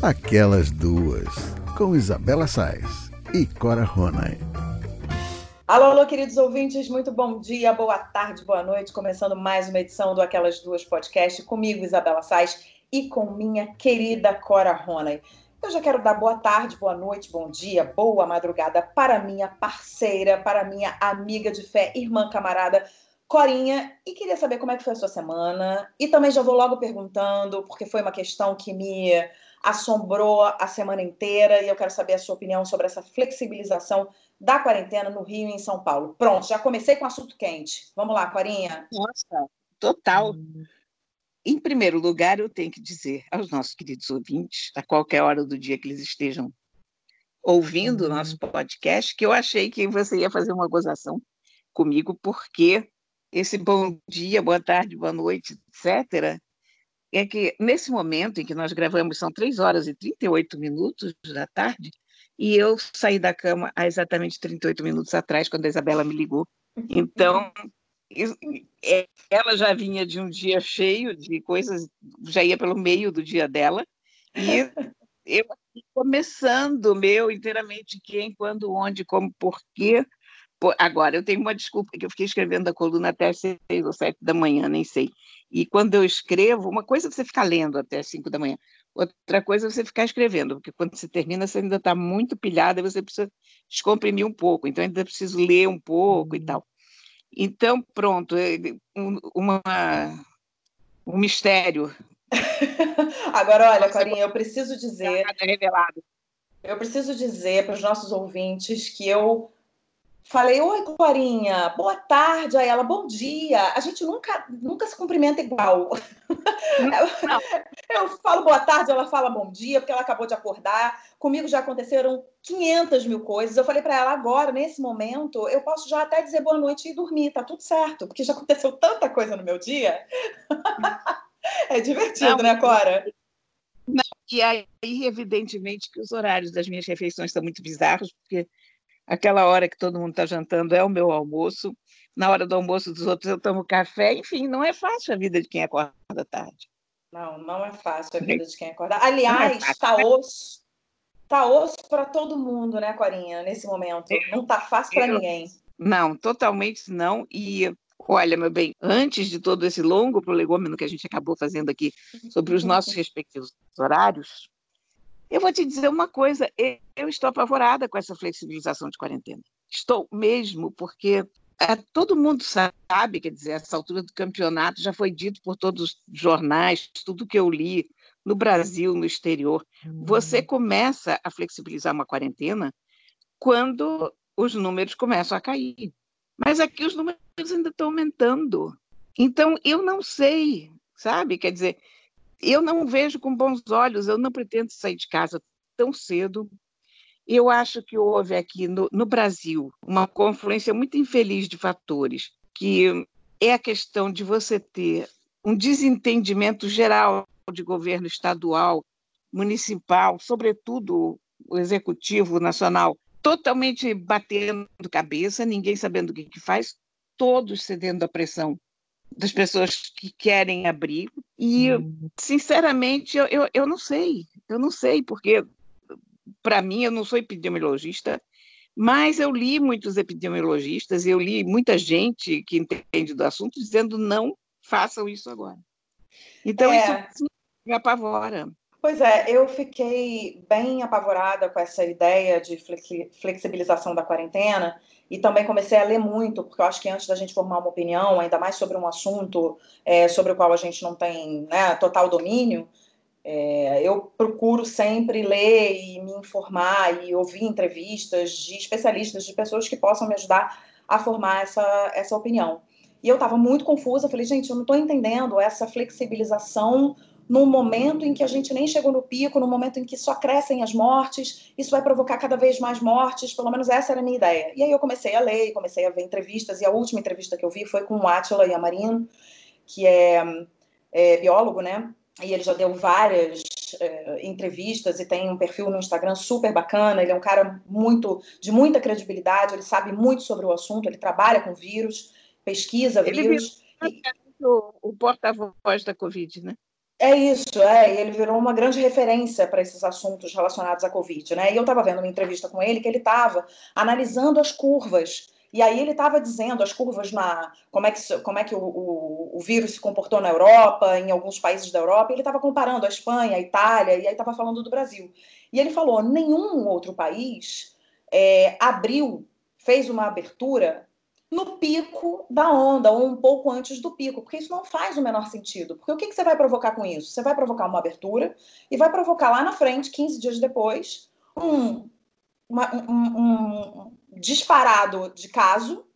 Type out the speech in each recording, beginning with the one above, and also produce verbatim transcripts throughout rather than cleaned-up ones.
Aquelas Duas, com Isabela Sais e Cora Ronay. Alô, alô, queridos ouvintes, muito bom dia, boa tarde, boa noite. Começando mais uma edição do Aquelas Duas Podcast, comigo, Isabela Sais, e com minha querida Cora Ronay. Eu já quero dar boa tarde, boa noite, bom dia, boa madrugada para minha parceira, para minha amiga de fé, irmã camarada, Corinha, e queria saber como é que foi a sua semana. E também já vou logo perguntando, porque foi uma questão que me assombrou a semana inteira, e eu quero saber a sua opinião sobre essa flexibilização da quarentena no Rio e em São Paulo. Pronto, já comecei com assunto quente. Vamos lá, Corinha. Nossa, total. Hum. Em primeiro lugar, eu tenho que dizer aos nossos queridos ouvintes, a qualquer hora do dia que eles estejam ouvindo o hum. nosso podcast, que eu achei que você ia fazer uma gozação comigo, porque esse bom dia, boa tarde, boa noite, etcétera, é que nesse momento em que nós gravamos, são três horas e trinta e oito minutos da tarde, e eu saí da cama há exatamente trinta e oito minutos atrás, quando a Isabela me ligou. Então, ela já vinha de um dia cheio de coisas, já ia pelo meio do dia dela, e eu começando o meu inteiramente quem, quando, onde, como, por quê. Agora, eu tenho uma desculpa, que eu fiquei escrevendo a coluna até às seis ou sete da manhã, nem sei. E quando eu escrevo, uma coisa é você ficar lendo até às cinco da manhã, outra coisa é você ficar escrevendo, porque quando você termina, você ainda está muito pilhada e você precisa descomprimir um pouco, então ainda preciso ler um pouco hum. e tal. Então, pronto, um, uma, um mistério. Agora, olha, Corinha, eu preciso dizer... revelado. Eu preciso dizer para os nossos ouvintes que eu falei, oi, Corinha, boa tarde. Aí ela, bom dia. A gente nunca, nunca se cumprimenta igual. Não. Eu, eu falo boa tarde, ela fala bom dia, porque ela acabou de acordar. Comigo já aconteceram quinhentas mil coisas. Eu falei para ela, agora, nesse momento, eu posso já até dizer boa noite e dormir, tá tudo certo, porque já aconteceu tanta coisa no meu dia. É divertido, não, né, Cora? Não, e aí, evidentemente, que os horários das minhas refeições são muito bizarros, porque aquela hora que todo mundo está jantando é o meu almoço, na hora do almoço dos outros eu tomo café, enfim, não é fácil a vida de quem acorda tarde. Não, não é fácil a vida de quem acorda. Aliás, é tá osso, tá osso para todo mundo, né, Corinha, nesse momento. Eu, não tá fácil para ninguém. Não, totalmente não. E olha, meu bem, antes de todo esse longo prolegômeno que a gente acabou fazendo aqui sobre os nossos respectivos horários, eu vou te dizer uma coisa, eu estou apavorada com essa flexibilização de quarentena. Estou mesmo, porque é, todo mundo sabe, quer dizer, essa altura do campeonato já foi dito por todos os jornais, tudo que eu li, no Brasil, no exterior. Você começa a flexibilizar uma quarentena quando os números começam a cair. Mas aqui os números ainda estão aumentando. Então, eu não sei, sabe? Quer dizer, eu não vejo com bons olhos, eu não pretendo sair de casa tão cedo. Eu acho que houve aqui no, no Brasil uma confluência muito infeliz de fatores, que é a questão de você ter um desentendimento geral de governo estadual, municipal, sobretudo o executivo nacional, totalmente batendo cabeça, ninguém sabendo o que, que faz, todos cedendo à pressão das pessoas que querem abrir. E, hum. sinceramente, eu, eu, eu não sei. Eu não sei, porque, para mim, eu não sou epidemiologista, mas eu li muitos epidemiologistas, eu li muita gente que entende do assunto dizendo não façam isso agora. Então, é. isso me apavora. Pois é, eu fiquei bem apavorada com essa ideia de flexibilização da quarentena e também comecei a ler muito, porque eu acho que antes da gente formar uma opinião, ainda mais sobre um assunto é, sobre o qual a gente não tem, né, total domínio, é, eu procuro sempre ler e me informar e ouvir entrevistas de especialistas, de pessoas que possam me ajudar a formar essa, essa opinião. E eu estava muito confusa, falei, gente, eu não estou entendendo essa flexibilização num momento em que a gente nem chegou no pico, num momento em que só crescem as mortes, isso vai provocar cada vez mais mortes, pelo menos essa era a minha ideia. E aí eu comecei a ler, comecei a ver entrevistas, e a última entrevista que eu vi foi com o Átila Yamarino, que é, é biólogo, né? E ele já deu várias é, entrevistas e tem um perfil no Instagram super bacana, ele é um cara muito, de muita credibilidade, ele sabe muito sobre o assunto, ele trabalha com vírus, pesquisa ele vírus. Ele virou e... o, o porta-voz da Covid, né? É isso, é, e ele virou uma grande referência para esses assuntos relacionados à Covid, né? E eu estava vendo uma entrevista com ele que ele estava analisando as curvas. E aí ele estava dizendo as curvas na como é que, como é que o, o, o vírus se comportou na Europa, em alguns países da Europa, e ele estava comparando a Espanha, a Itália, e aí estava falando do Brasil. E ele falou: nenhum outro país é, abriu, fez uma abertura no pico da onda, ou um pouco antes do pico, porque isso não faz o menor sentido. Porque o que, que você vai provocar com isso? Você vai provocar uma abertura e vai provocar lá na frente, quinze dias depois, um, uma, um, um disparado de caso,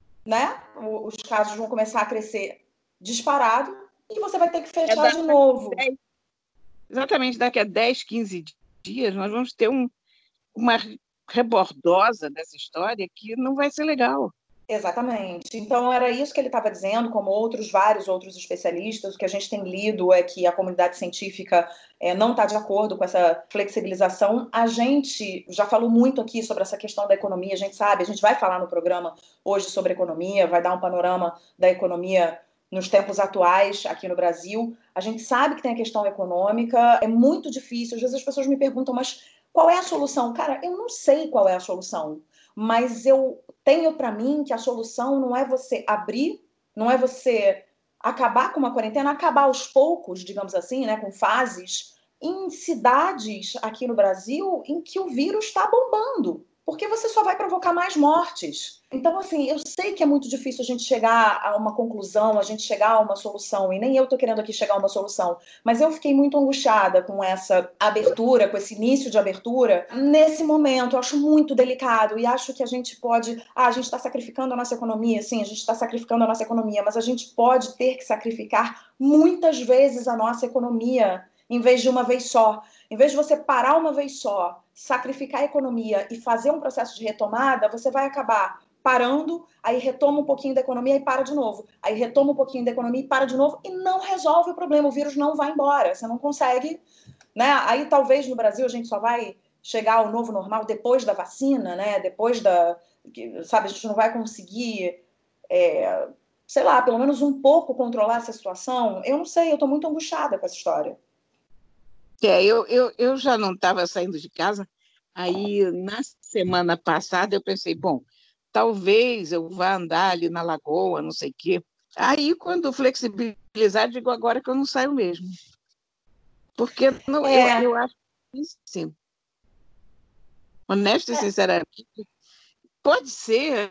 né? Os casos vão começar a crescer disparado e você vai ter que É fechar da- de novo. dez exatamente daqui a dez, quinze dias, nós vamos ter um, uma rebordosa dessa história que não vai ser legal. Exatamente. Então, era isso que ele estava dizendo, como outros, vários outros especialistas. O que a gente tem lido é que a comunidade científica é, não está de acordo com essa flexibilização. A gente já falou muito aqui sobre essa questão da economia, a gente sabe, a gente vai falar no programa hoje sobre economia, vai dar um panorama da economia nos tempos atuais aqui no Brasil. A gente sabe que tem a questão econômica, é muito difícil. Às vezes as pessoas me perguntam, mas qual é a solução? Cara, eu não sei qual é a solução, mas eu tenho para mim que a solução não é você abrir, não é você acabar com uma quarentena, acabar aos poucos, digamos assim, né, com fases, em cidades aqui no Brasil em que o vírus está bombando, porque você só vai provocar mais mortes. Então, assim, eu sei que é muito difícil a gente chegar a uma conclusão, a gente chegar a uma solução, e nem eu tô querendo aqui chegar a uma solução, mas eu fiquei muito angustiada com essa abertura, com esse início de abertura, nesse momento. Eu acho muito delicado e acho que a gente pode... Ah, a gente está sacrificando a nossa economia. Sim, a gente está sacrificando a nossa economia, mas a gente pode ter que sacrificar muitas vezes a nossa economia em vez de uma vez só. Em vez de você parar uma vez só, sacrificar a economia e fazer um processo de retomada, você vai acabar parando, aí retoma um pouquinho da economia e para de novo. Aí retoma um pouquinho da economia e para de novo e não resolve o problema. O vírus não vai embora. Você não consegue, né? Aí talvez no Brasil a gente só vai chegar ao novo normal depois da vacina, né? Depois da, sabe, a gente não vai conseguir, é, sei lá, pelo menos um pouco controlar essa situação. Eu não sei, eu estou muito angustiada com essa história. É, eu, eu, eu já não estava saindo de casa, aí na semana passada eu pensei, bom, talvez eu vá andar ali na lagoa, não sei o quê. Aí, quando flexibilizar, digo agora que eu não saio mesmo. Porque não, eu, É, eu acho que sim, honesto e é, sinceramente, pode ser,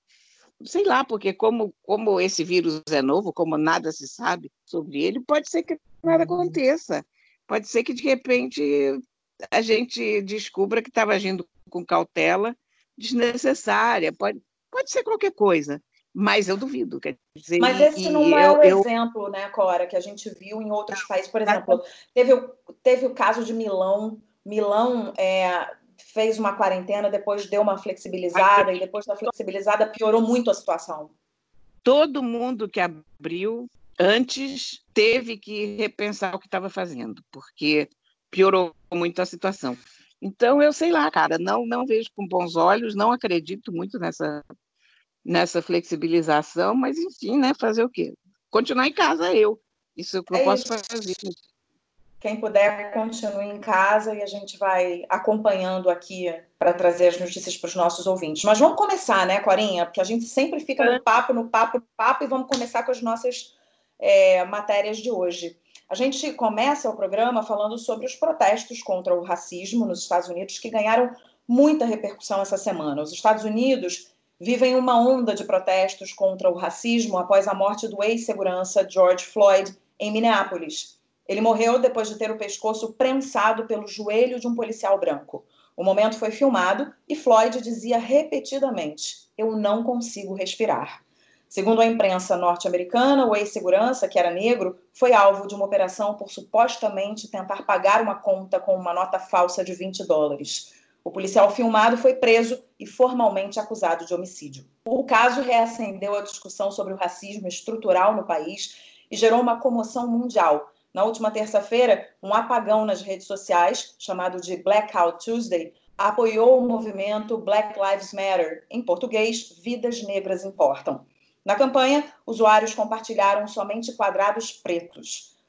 sei lá, porque como, como esse vírus é novo, como nada se sabe sobre ele, pode ser que nada aconteça. Pode ser que, de repente, a gente descubra que estava agindo com cautela desnecessária. Pode, pode ser qualquer coisa, mas eu duvido. Quer dizer, mas e, esse e não é eu, o eu exemplo, né, Cora, que a gente viu em outros países. Por exemplo, teve o, teve o caso de Milão. Milão é, fez uma quarentena, depois deu uma flexibilizada, e depois da flexibilizada piorou muito a situação. todo mundo que abriu antes teve que repensar o que estava fazendo, porque piorou muito a situação. Então, eu sei lá, cara, não, não vejo com bons olhos, não acredito muito nessa, nessa flexibilização, mas, enfim, né, fazer o quê? Continuar em casa, eu. Isso é o que eu É posso isso. fazer. Quem puder, continue em casa e a gente vai acompanhando aqui para trazer as notícias para os nossos ouvintes. Mas vamos começar, né, Corinha? Porque a gente sempre fica no papo, no papo, no papo, e vamos começar com as nossas é, matérias de hoje. A gente começa o programa falando sobre os protestos contra o racismo nos Estados Unidos, que ganharam muita repercussão essa semana. Os Estados Unidos vivem uma onda de protestos contra o racismo após a morte do ex-segurança George Floyd em Minneapolis. Ele morreu depois de ter o pescoço prensado pelo joelho de um policial branco. O momento foi filmado e Floyd dizia repetidamente: "Eu não consigo respirar". Segundo a imprensa norte-americana, o ex-segurança, que era negro, foi alvo de uma operação por supostamente tentar pagar uma conta com uma nota falsa de vinte dólares. O policial filmado foi preso e formalmente acusado de homicídio. O caso reacendeu a discussão sobre o racismo estrutural no país e gerou uma comoção mundial. Na última terça-feira, um apagão nas redes sociais, chamado de Blackout Tuesday, apoiou o movimento Black Lives Matter, em português, Vidas Negras Importam. Na campanha, usuários compartilharam somente quadrados pretos.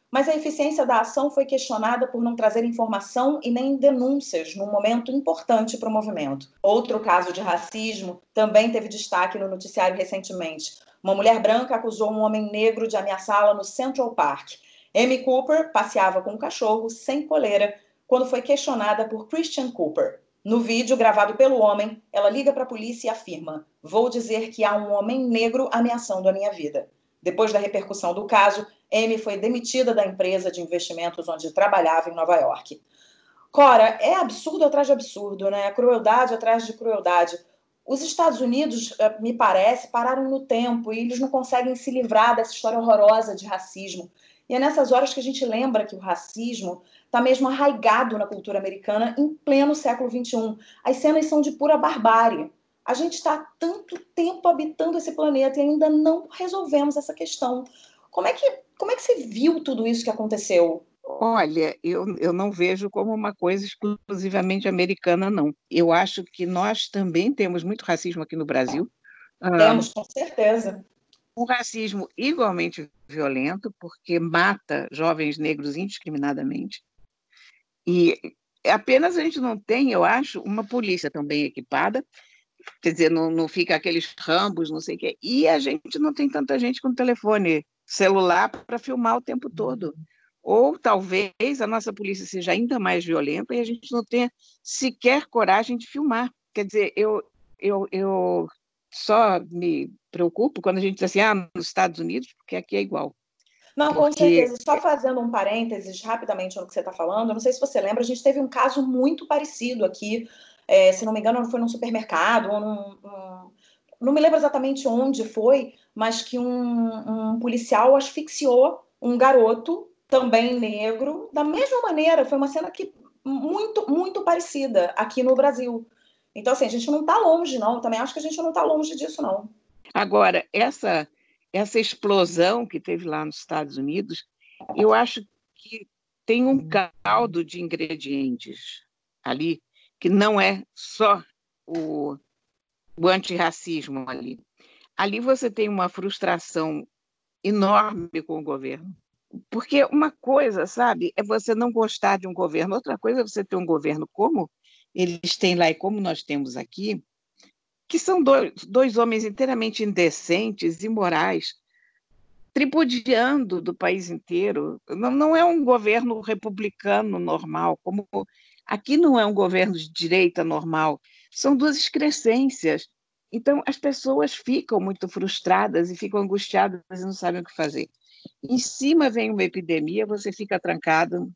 mas a eficiência da ação foi questionada por não trazer informação e nem denúncias num momento importante para o movimento. Outro caso de racismo também teve destaque no noticiário recentemente. Uma mulher branca acusou um homem negro de ameaçá-la no Central Park. Amy Cooper passeava com um cachorro sem coleira quando foi questionada por Christian Cooper. No vídeo gravado pelo homem, ela liga para a polícia e afirma: "Vou dizer que há um homem negro ameaçando a minha vida." Depois da repercussão do caso, Amy foi demitida da empresa de investimentos onde trabalhava em Nova York. Cora, é absurdo atrás de absurdo, né? Crueldade atrás de crueldade. Os Estados Unidos, me parece, pararam no tempo e eles não conseguem se livrar dessa história horrorosa de racismo. E é nessas horas que a gente lembra que o racismo está mesmo arraigado na cultura americana em pleno século vinte e um. As cenas são de pura barbárie. A gente está há tanto tempo habitando esse planeta e ainda não resolvemos essa questão. Como é que, como é que você viu tudo isso que aconteceu? Olha, eu, eu não vejo como uma coisa exclusivamente americana, não. Eu acho que nós também temos muito racismo aqui no Brasil. Temos, com certeza. Um racismo igualmente violento, porque mata jovens negros indiscriminadamente. E apenas a gente não tem, eu acho, uma polícia tão bem equipada, quer dizer, não, não fica aqueles rambos, não sei o quê, e a gente não tem tanta gente com telefone celular para filmar o tempo todo. Ou talvez a nossa polícia seja ainda mais violenta e a gente não tenha sequer coragem de filmar. Quer dizer, eu, eu, eu só me preocupo quando a gente diz assim, ah, nos Estados Unidos, porque aqui é igual. Não, porque... com certeza. Só fazendo um parênteses rapidamente no que você está falando, eu não sei se você lembra, a gente teve um caso muito parecido aqui, é, se não me engano, foi num supermercado, ou num, um, não me lembro exatamente onde foi, mas que um, um policial asfixiou um garoto, também negro, da mesma maneira. Foi uma cena que muito, muito parecida aqui no Brasil. Então, assim, a gente não está longe, não. Eu também acho que a gente não está longe disso, não. Agora, essa, essa explosão que teve lá nos Estados Unidos, eu acho que tem um caldo de ingredientes ali, que não é só o, o antirracismo ali. Ali você tem uma frustração enorme com o governo. Porque uma coisa, sabe, é você não gostar de um governo, outra coisa é você ter um governo como eles têm lá e como nós temos aqui, que são dois, dois homens inteiramente indecentes, imorais, tripudiando do país inteiro. Não, não é um governo republicano normal, como aqui não é um governo de direita normal, são duas excrescências. Então, as pessoas ficam muito frustradas e ficam angustiadas e não sabem o que fazer. Em cima vem uma epidemia, você fica trancado,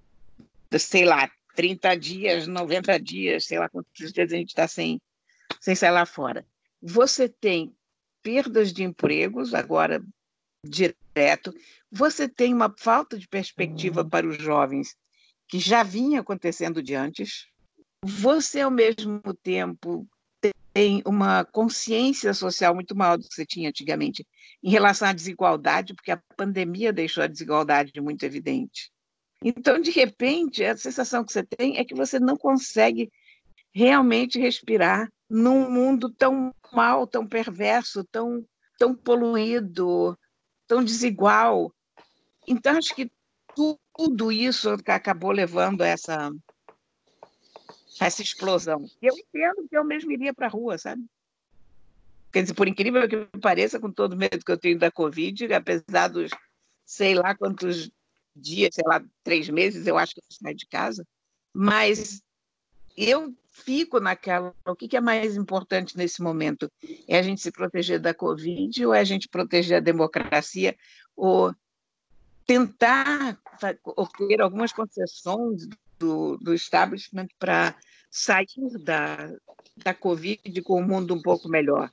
sei lá, trinta dias, noventa dias, sei lá quantos dias a gente está sem, sem sair lá fora. Você tem perdas de empregos, agora direto, você tem uma falta de perspectiva uhum. para os jovens, que já vinha acontecendo de antes. Você, ao mesmo tempo, tem uma consciência social muito maior do que você tinha antigamente em relação à desigualdade, porque a pandemia deixou a desigualdade muito evidente. Então, de repente, a sensação que você tem é que você não consegue realmente respirar num mundo tão mal, tão perverso, tão, tão poluído, tão desigual. Então, acho que tudo isso acabou levando a essa, essa explosão. E eu entendo que eu mesmo iria para a rua, sabe? Quer dizer, por incrível que pareça, com todo o medo que eu tenho da Covid, apesar dos sei lá quantos dias, sei lá, três meses, eu acho que eu saio de casa, mas eu fico naquela, o que é mais importante nesse momento? É a gente se proteger da Covid ou é a gente proteger a democracia ou tentar ter algumas concessões do, do establishment para sair da, da Covid com um mundo um pouco melhor?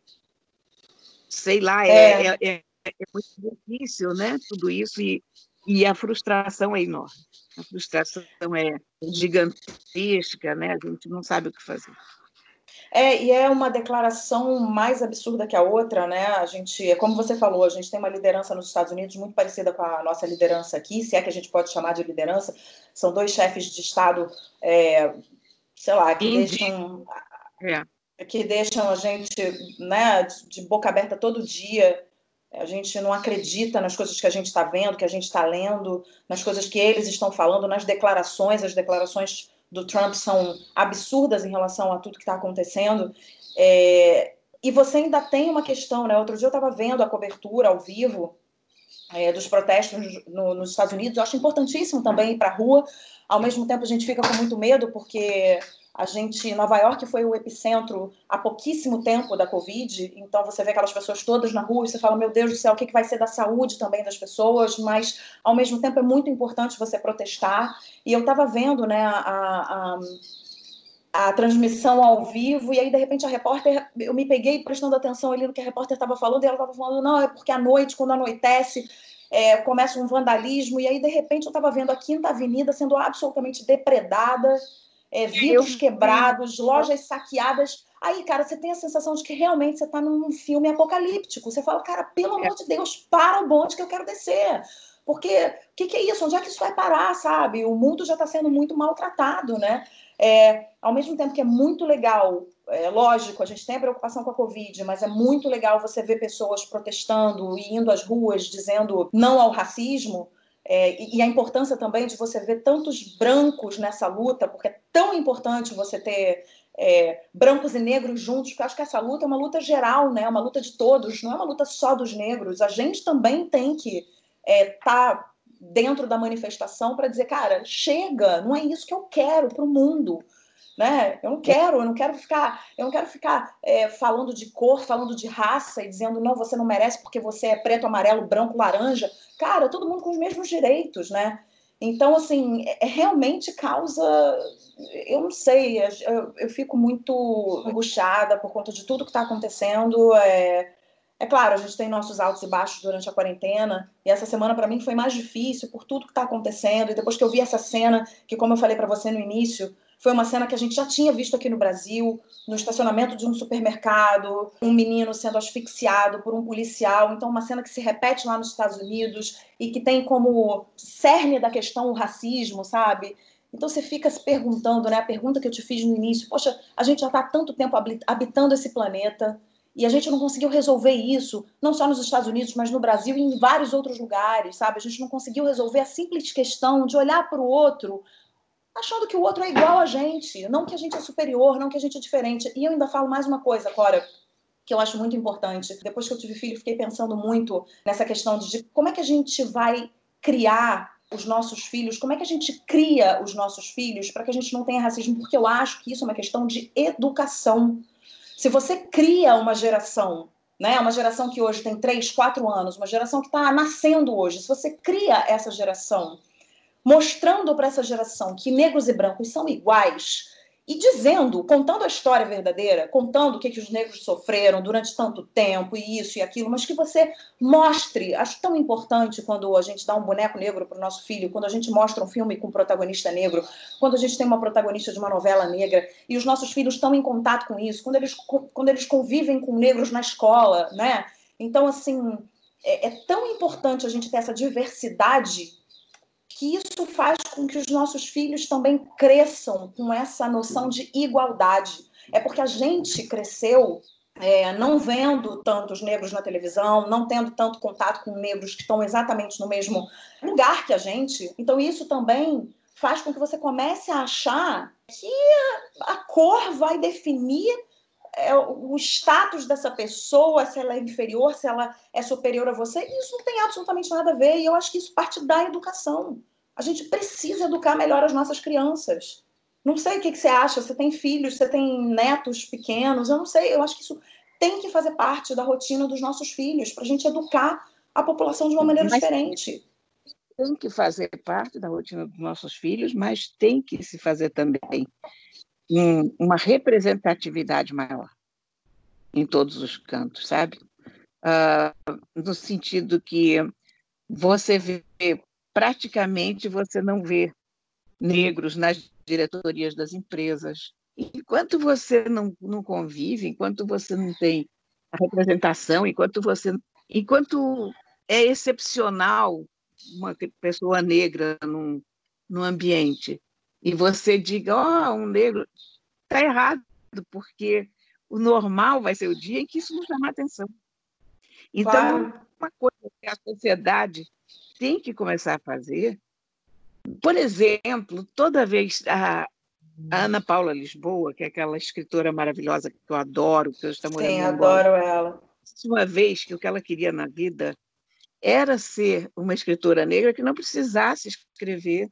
Sei lá, é, é, é, é muito difícil, né? Tudo isso, e, e a frustração é enorme. A frustração é gigantesca, né? A gente não sabe o que fazer. É, e é uma declaração mais absurda que a outra, né? A gente, como você falou, a gente tem uma liderança nos Estados Unidos muito parecida com a nossa liderança aqui, se é que a gente pode chamar de liderança. São dois chefes de Estado, é, sei lá, que Entendi. deixam... É. que deixam a gente, né, de boca aberta todo dia, A gente não acredita nas coisas que a gente está vendo, que a gente está lendo, nas coisas que eles estão falando, nas declarações. As declarações do Trump são absurdas em relação a tudo que está acontecendo. É... E você ainda tem uma questão, né? Outro dia eu estava vendo a cobertura ao vivo é, dos protestos no, nos Estados Unidos. Eu acho importantíssimo também ir para a rua. Ao mesmo tempo, a gente fica com muito medo, porque a gente, Nova York foi o epicentro há pouquíssimo tempo da Covid, então você vê aquelas pessoas todas na rua e você fala, meu Deus do céu, o que vai ser da saúde também das pessoas? Mas, ao mesmo tempo, é muito importante você protestar. E eu estava vendo, né, a, a, a transmissão ao vivo, e aí, de repente, a repórter, eu me peguei prestando atenção ali no que a repórter estava falando, e ela estava falando, não, é porque à noite, quando anoitece, é, começa um vandalismo, e aí, de repente, eu estava vendo a Quinta Avenida sendo absolutamente depredada, é, vidros quebrados, lojas saqueadas. Aí, cara, você tem a sensação de que realmente você está num filme apocalíptico. Você fala, cara, pelo amor de Deus, para o bonde que eu quero descer. Porque, o que, que é isso? Onde é que isso vai parar, sabe? O mundo já está sendo muito maltratado, né? É, ao mesmo tempo que é muito legal, é lógico, a gente tem a preocupação com a Covid, mas é muito legal você ver pessoas protestando e indo às ruas dizendo não ao racismo. É, e a importância também de você ver tantos brancos nessa luta, porque é tão importante você ter é, brancos e negros juntos, porque eu acho que essa luta é uma luta geral, né? É uma luta de todos, não é uma luta só dos negros. A gente também tem que estar é, tá dentro da manifestação para dizer, cara, chega, não é isso que eu quero para o mundo. Né? Eu não quero, eu não quero ficar, eu não quero ficar é, falando de cor, falando de raça e dizendo não, você não merece porque você é preto, amarelo, branco, laranja. Cara, todo mundo com os mesmos direitos, né? Então, assim, é, realmente causa, eu não sei, eu, eu fico muito angustiada por conta de tudo que está acontecendo. É, é claro, a gente tem nossos altos e baixos durante a quarentena, e essa semana para mim foi mais difícil por tudo que está acontecendo. E depois que eu vi essa cena, que como eu falei para você no início, foi uma cena que a gente já tinha visto aqui no Brasil, no estacionamento de um supermercado, um menino sendo asfixiado por um policial. Então, uma cena que se repete lá nos Estados Unidos e que tem como cerne da questão o racismo, sabe? Então, você fica se perguntando, né? A pergunta que eu te fiz no início, poxa, a gente já está há tanto tempo habitando esse planeta e a gente não conseguiu resolver isso, não só nos Estados Unidos, mas no Brasil e em vários outros lugares, sabe? A gente não conseguiu resolver a simples questão de olhar para o outro achando que o outro é igual a gente, não que a gente é superior, não que a gente é diferente. E eu ainda falo mais uma coisa, Cora, que eu acho muito importante. Depois que eu tive filho, fiquei pensando muito nessa questão de como é que a gente vai criar os nossos filhos, como é que a gente cria os nossos filhos para que a gente não tenha racismo, porque eu acho que isso é uma questão de educação. Se você cria uma geração, né, uma geração que hoje tem três, quatro anos, uma geração que está nascendo hoje, se você cria essa geração mostrando para essa geração que negros e brancos são iguais e dizendo, contando a história verdadeira, contando o que, que os negros sofreram durante tanto tempo e isso e aquilo, mas que você mostre. Acho tão importante quando a gente dá um boneco negro para o nosso filho, quando a gente mostra um filme com um protagonista negro, quando a gente tem uma protagonista de uma novela negra e os nossos filhos estão em contato com isso, quando eles, quando eles convivem com negros na escola, né? Então, assim, é, é tão importante a gente ter essa diversidade que isso faz com que os nossos filhos também cresçam com essa noção de igualdade. É porque a gente cresceu é, não vendo tantos negros na televisão, não tendo tanto contato com negros que estão exatamente no mesmo lugar que a gente. Então isso também faz com que você comece a achar que a cor vai definir é, o status dessa pessoa, se ela é inferior, se ela é superior a você. Isso não tem absolutamente nada a ver, e eu acho que isso parte da educação. A gente precisa educar melhor as nossas crianças. Não sei o que, que você acha, você tem filhos, você tem netos pequenos, eu não sei, eu acho que isso tem que fazer parte da rotina dos nossos filhos, para a gente educar a população de uma maneira mas diferente. Tem que fazer parte da rotina dos nossos filhos, mas tem que se fazer também um, uma representatividade maior em todos os cantos, sabe? Uh, no sentido que você vê, praticamente você não vê negros nas diretorias das empresas. Enquanto você não, não convive, enquanto você não tem a representação, enquanto você, enquanto é excepcional uma pessoa negra num, num ambiente e você diga, ó, oh, um negro, está errado, porque o normal vai ser o dia em que isso não chama atenção. Então, claro. coisa que a sociedade tem que começar a fazer. Por exemplo, toda vez a, a Ana Paula Lisboa, que é aquela escritora maravilhosa que eu adoro, que hoje está morando Sim, em Angola, adoro ela. uma vez que o que ela queria na vida era ser uma escritora negra que não precisasse escrever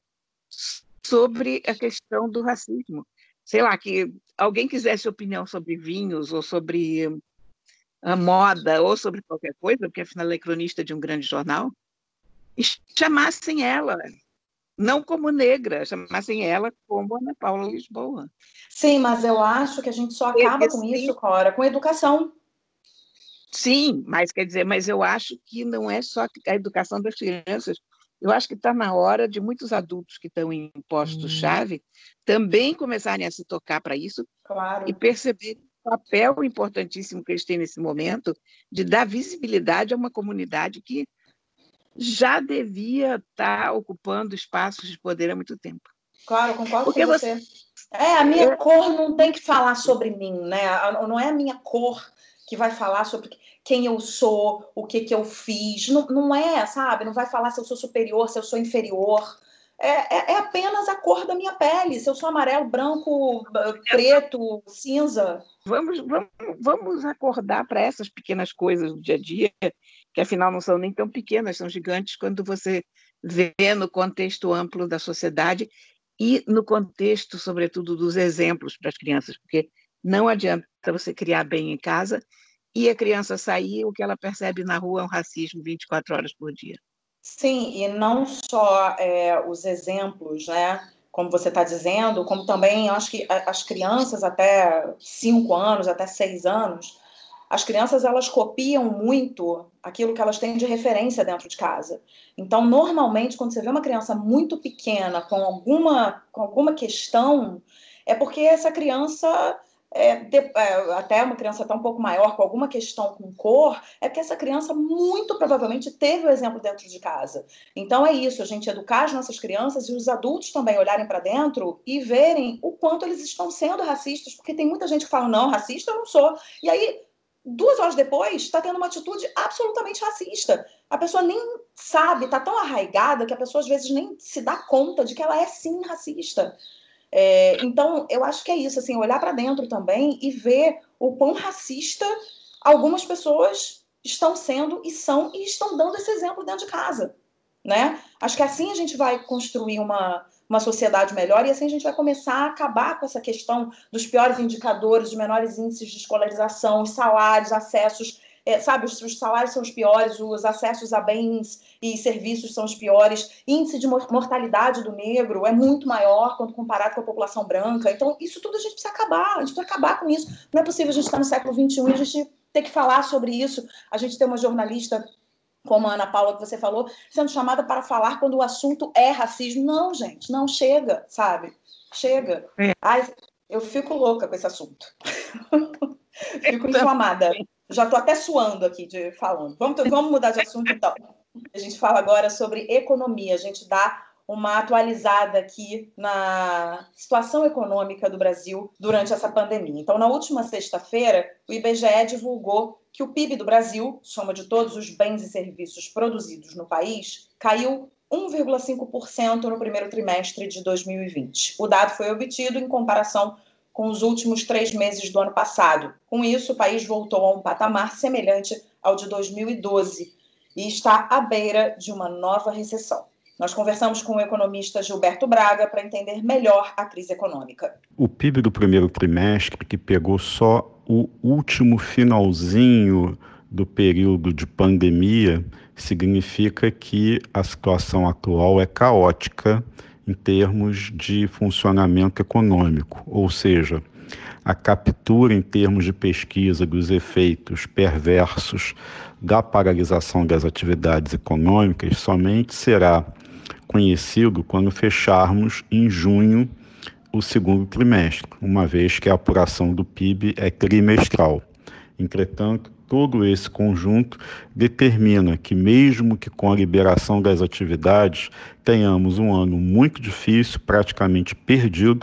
sobre a questão do racismo. Sei lá, que alguém quisesse opinião sobre vinhos ou sobre a moda ou sobre qualquer coisa, porque afinal ela é cronista de um grande jornal, e chamassem ela, não como negra, chamassem ela como Ana Paula Lisboa. Sim, mas eu acho que a gente só acaba com isso, Cora, com educação. Sim, mas quer dizer, mas eu acho que não é só a educação das crianças. Eu acho que está na hora de muitos adultos que estão em postos-chave também começarem a se tocar para isso, claro, e perceber o papel importantíssimo que eles têm nesse momento de dar visibilidade a uma comunidade que já devia estar ocupando espaços de poder há muito tempo. Claro, concordo Porque com você. você. É, a minha é... cor não tem que falar sobre mim, né? Não é a minha cor que vai falar sobre quem eu sou, o que, que eu fiz. Não, não é, sabe? Não vai falar se eu sou superior, se eu sou inferior. É, é, é apenas a cor da minha pele. Se eu sou amarelo, branco, preto, cinza. Vamos, vamos, vamos acordar para essas pequenas coisas do dia a dia, que afinal não são nem tão pequenas, são gigantes quando você vê no contexto amplo da sociedade e no contexto, sobretudo, dos exemplos para as crianças, porque não adianta você criar bem em casa e a criança sair, o que ela percebe na rua é um racismo vinte e quatro horas por dia. Sim, e não só é, os exemplos, né? Como você está dizendo, como também acho que as crianças até cinco anos, até seis anos, as crianças elas copiam muito aquilo que elas têm de referência dentro de casa. Então, normalmente, quando você vê uma criança muito pequena com alguma, com alguma questão, é porque essa criança, é, de, é, até uma criança até um pouco maior, com alguma questão com cor, é porque essa criança muito provavelmente teve o exemplo dentro de casa. Então, é isso, a gente educar as nossas crianças e os adultos também olharem para dentro e verem o quanto eles estão sendo racistas, porque tem muita gente que fala, não, racista eu não sou. E aí, duas horas depois, está tendo uma atitude absolutamente racista. A pessoa nem sabe, está tão arraigada que a pessoa às vezes nem se dá conta de que ela é sim racista. É, então, eu acho que é isso, assim, olhar para dentro também e ver o quão racista algumas pessoas estão sendo e são e estão dando esse exemplo dentro de casa, né? Acho que assim a gente vai construir uma, uma sociedade melhor e assim a gente vai começar a acabar com essa questão dos piores indicadores, de menores índices de escolarização, os salários, acessos, é, sabe, os, os salários são os piores, os acessos a bens e serviços são os piores, índice de mortalidade do negro é muito maior quando comparado com a população branca. Então, isso tudo a gente precisa acabar, a gente precisa acabar com isso. Não é possível a gente estar no século vinte e um e a gente ter que falar sobre isso. A gente tem uma jornalista como a Ana Paula, que você falou, sendo chamada para falar quando o assunto é racismo. Não, gente, não, chega, sabe? Chega. É. Ai, eu fico louca com esse assunto. Fico inflamada. Já estou até suando aqui de falando. Vamos, vamos mudar de assunto, então. A gente fala agora sobre economia. A gente dá uma atualizada aqui na situação econômica do Brasil durante essa pandemia. Então, na última sexta-feira, o I B G E divulgou que o P I B do Brasil, soma de todos os bens e serviços produzidos no país, caiu um vírgula cinco por cento no primeiro trimestre de dois mil e vinte. O dado foi obtido em comparação com os últimos três meses do ano passado. Com isso, o país voltou a um patamar semelhante ao de dois mil e doze e está à beira de uma nova recessão. Nós conversamos com o economista Gilberto Braga para entender melhor a crise econômica. O P I B do primeiro trimestre, que pegou só o último finalzinho do período de pandemia, significa que a situação atual é caótica em termos de funcionamento econômico, ou seja, a captura em termos de pesquisa dos efeitos perversos da paralisação das atividades econômicas somente será conhecido quando fecharmos em junho o segundo trimestre, uma vez que a apuração do P I B é trimestral. Entretanto, todo esse conjunto determina que, mesmo que com a liberação das atividades, tenhamos um ano muito difícil, praticamente perdido,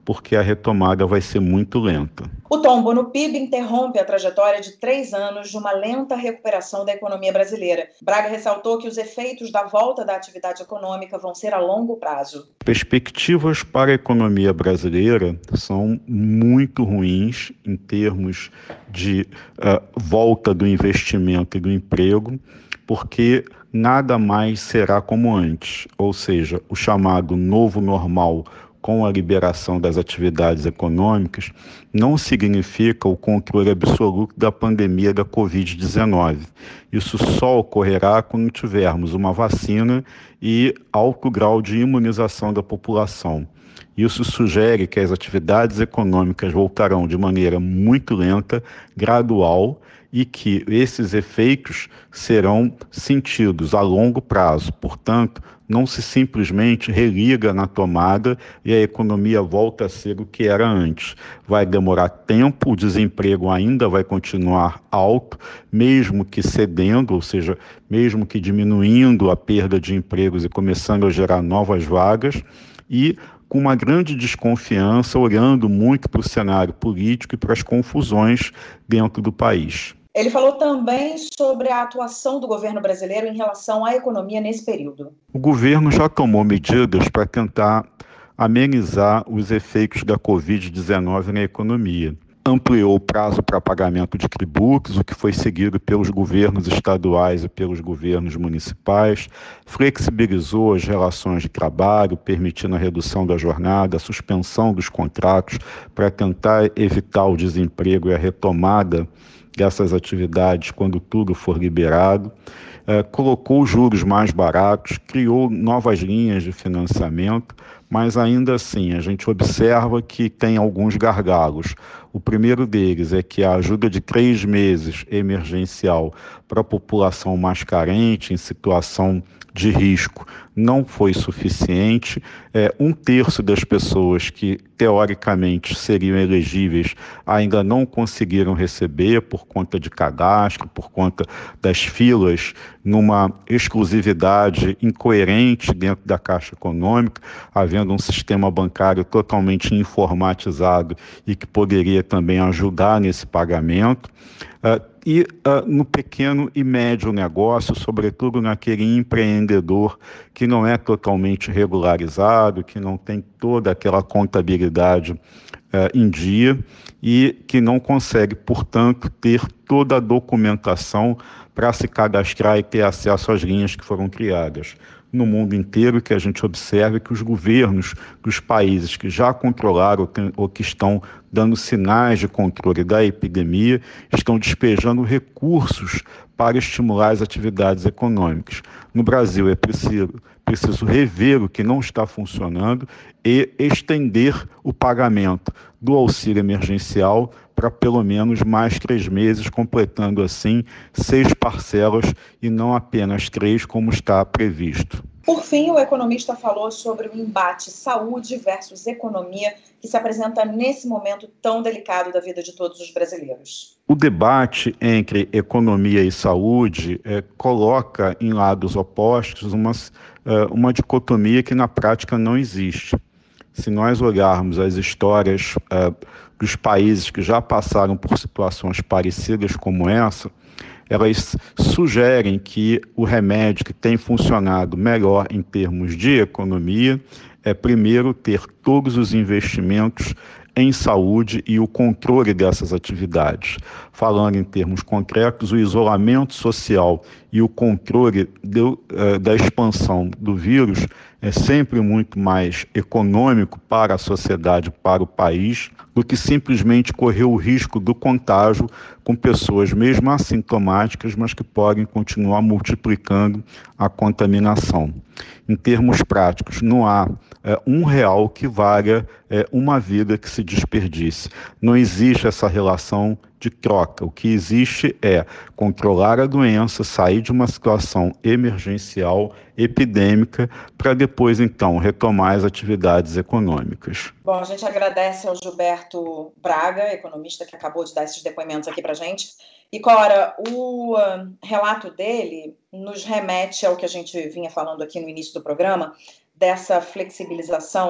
porque a retomada vai ser muito lenta. O tombo no P I B interrompe a trajetória de três anos de uma lenta recuperação da economia brasileira. Braga ressaltou que os efeitos da volta da atividade econômica vão ser a longo prazo. Perspectivas para a economia brasileira são muito ruins em termos de uh, volta do investimento e do emprego, porque nada mais será como antes, ou seja, o chamado novo normal com a liberação das atividades econômicas não significa o controle absoluto da pandemia da covid dezenove. Isso só ocorrerá quando tivermos uma vacina e alto grau de imunização da população. Isso sugere que as atividades econômicas voltarão de maneira muito lenta, gradual, e que esses efeitos serão sentidos a longo prazo. Portanto, não se simplesmente religa na tomada e a economia volta a ser o que era antes. Vai demorar tempo, o desemprego ainda vai continuar alto, mesmo que cedendo, ou seja, mesmo que diminuindo a perda de empregos e começando a gerar novas vagas, e com uma grande desconfiança, olhando muito para o cenário político e para as confusões dentro do país. Ele falou também sobre a atuação do governo brasileiro em relação à economia nesse período. O governo já tomou medidas para tentar amenizar os efeitos da covid dezenove na economia. Ampliou o prazo para pagamento de tributos, o que foi seguido pelos governos estaduais e pelos governos municipais, flexibilizou as relações de trabalho, permitindo a redução da jornada, a suspensão dos contratos para tentar evitar o desemprego e a retomada dessas atividades quando tudo for liberado, eh, colocou juros mais baratos, criou novas linhas de financiamento, mas ainda assim a gente observa que tem alguns gargalos. O primeiro deles é que a ajuda de três meses emergencial para a população mais carente, em situação de risco, não foi suficiente. É, um terço das pessoas que, teoricamente, seriam elegíveis ainda não conseguiram receber por conta de cadastro, por conta das filas, numa exclusividade incoerente dentro da Caixa Econômica, havendo um sistema bancário totalmente informatizado e que poderia também ajudar nesse pagamento. Uh, e uh, no pequeno e médio negócio, sobretudo naquele empreendedor que não é totalmente regularizado, que não tem toda aquela contabilidade uh, em dia e que não consegue, portanto, ter toda a documentação para se cadastrar e ter acesso às linhas que foram criadas. No mundo inteiro, que a gente observa que os governos dos países que já controlaram ou que estão dando sinais de controle da epidemia estão despejando recursos para estimular as atividades econômicas. No Brasil é preciso, preciso rever o que não está funcionando e estender o pagamento do auxílio emergencial para pelo menos mais três meses, completando assim seis parcelas e não apenas três, como está previsto. Por fim, o economista falou sobre o embate saúde versus economia que se apresenta nesse momento tão delicado da vida de todos os brasileiros. O debate entre economia e saúde é, coloca em lados opostos uma, uma dicotomia que na prática não existe. Se nós olharmos as histórias uh, dos países que já passaram por situações parecidas como essa, elas sugerem que o remédio que tem funcionado melhor em termos de economia é, primeiro, ter todos os investimentos em saúde e o controle dessas atividades. Falando em termos concretos, o isolamento social e o controle do, uh, da expansão do vírus é sempre muito mais econômico para a sociedade, para o país, do que simplesmente correr o risco do contágio com pessoas mesmo assintomáticas, mas que podem continuar multiplicando a contaminação. Em termos práticos, não há é, um real que valha é, uma vida que se desperdice. Não existe essa relação de troca. O que existe é controlar a doença, sair de uma situação emergencial, epidêmica, para depois, então, retomar as atividades econômicas. Bom, a gente agradece ao Gilberto Braga, economista, que acabou de dar esses depoimentos aqui para a gente. E, Cora, o uh, relato dele nos remete ao que a gente vinha falando aqui no início do programa, dessa flexibilização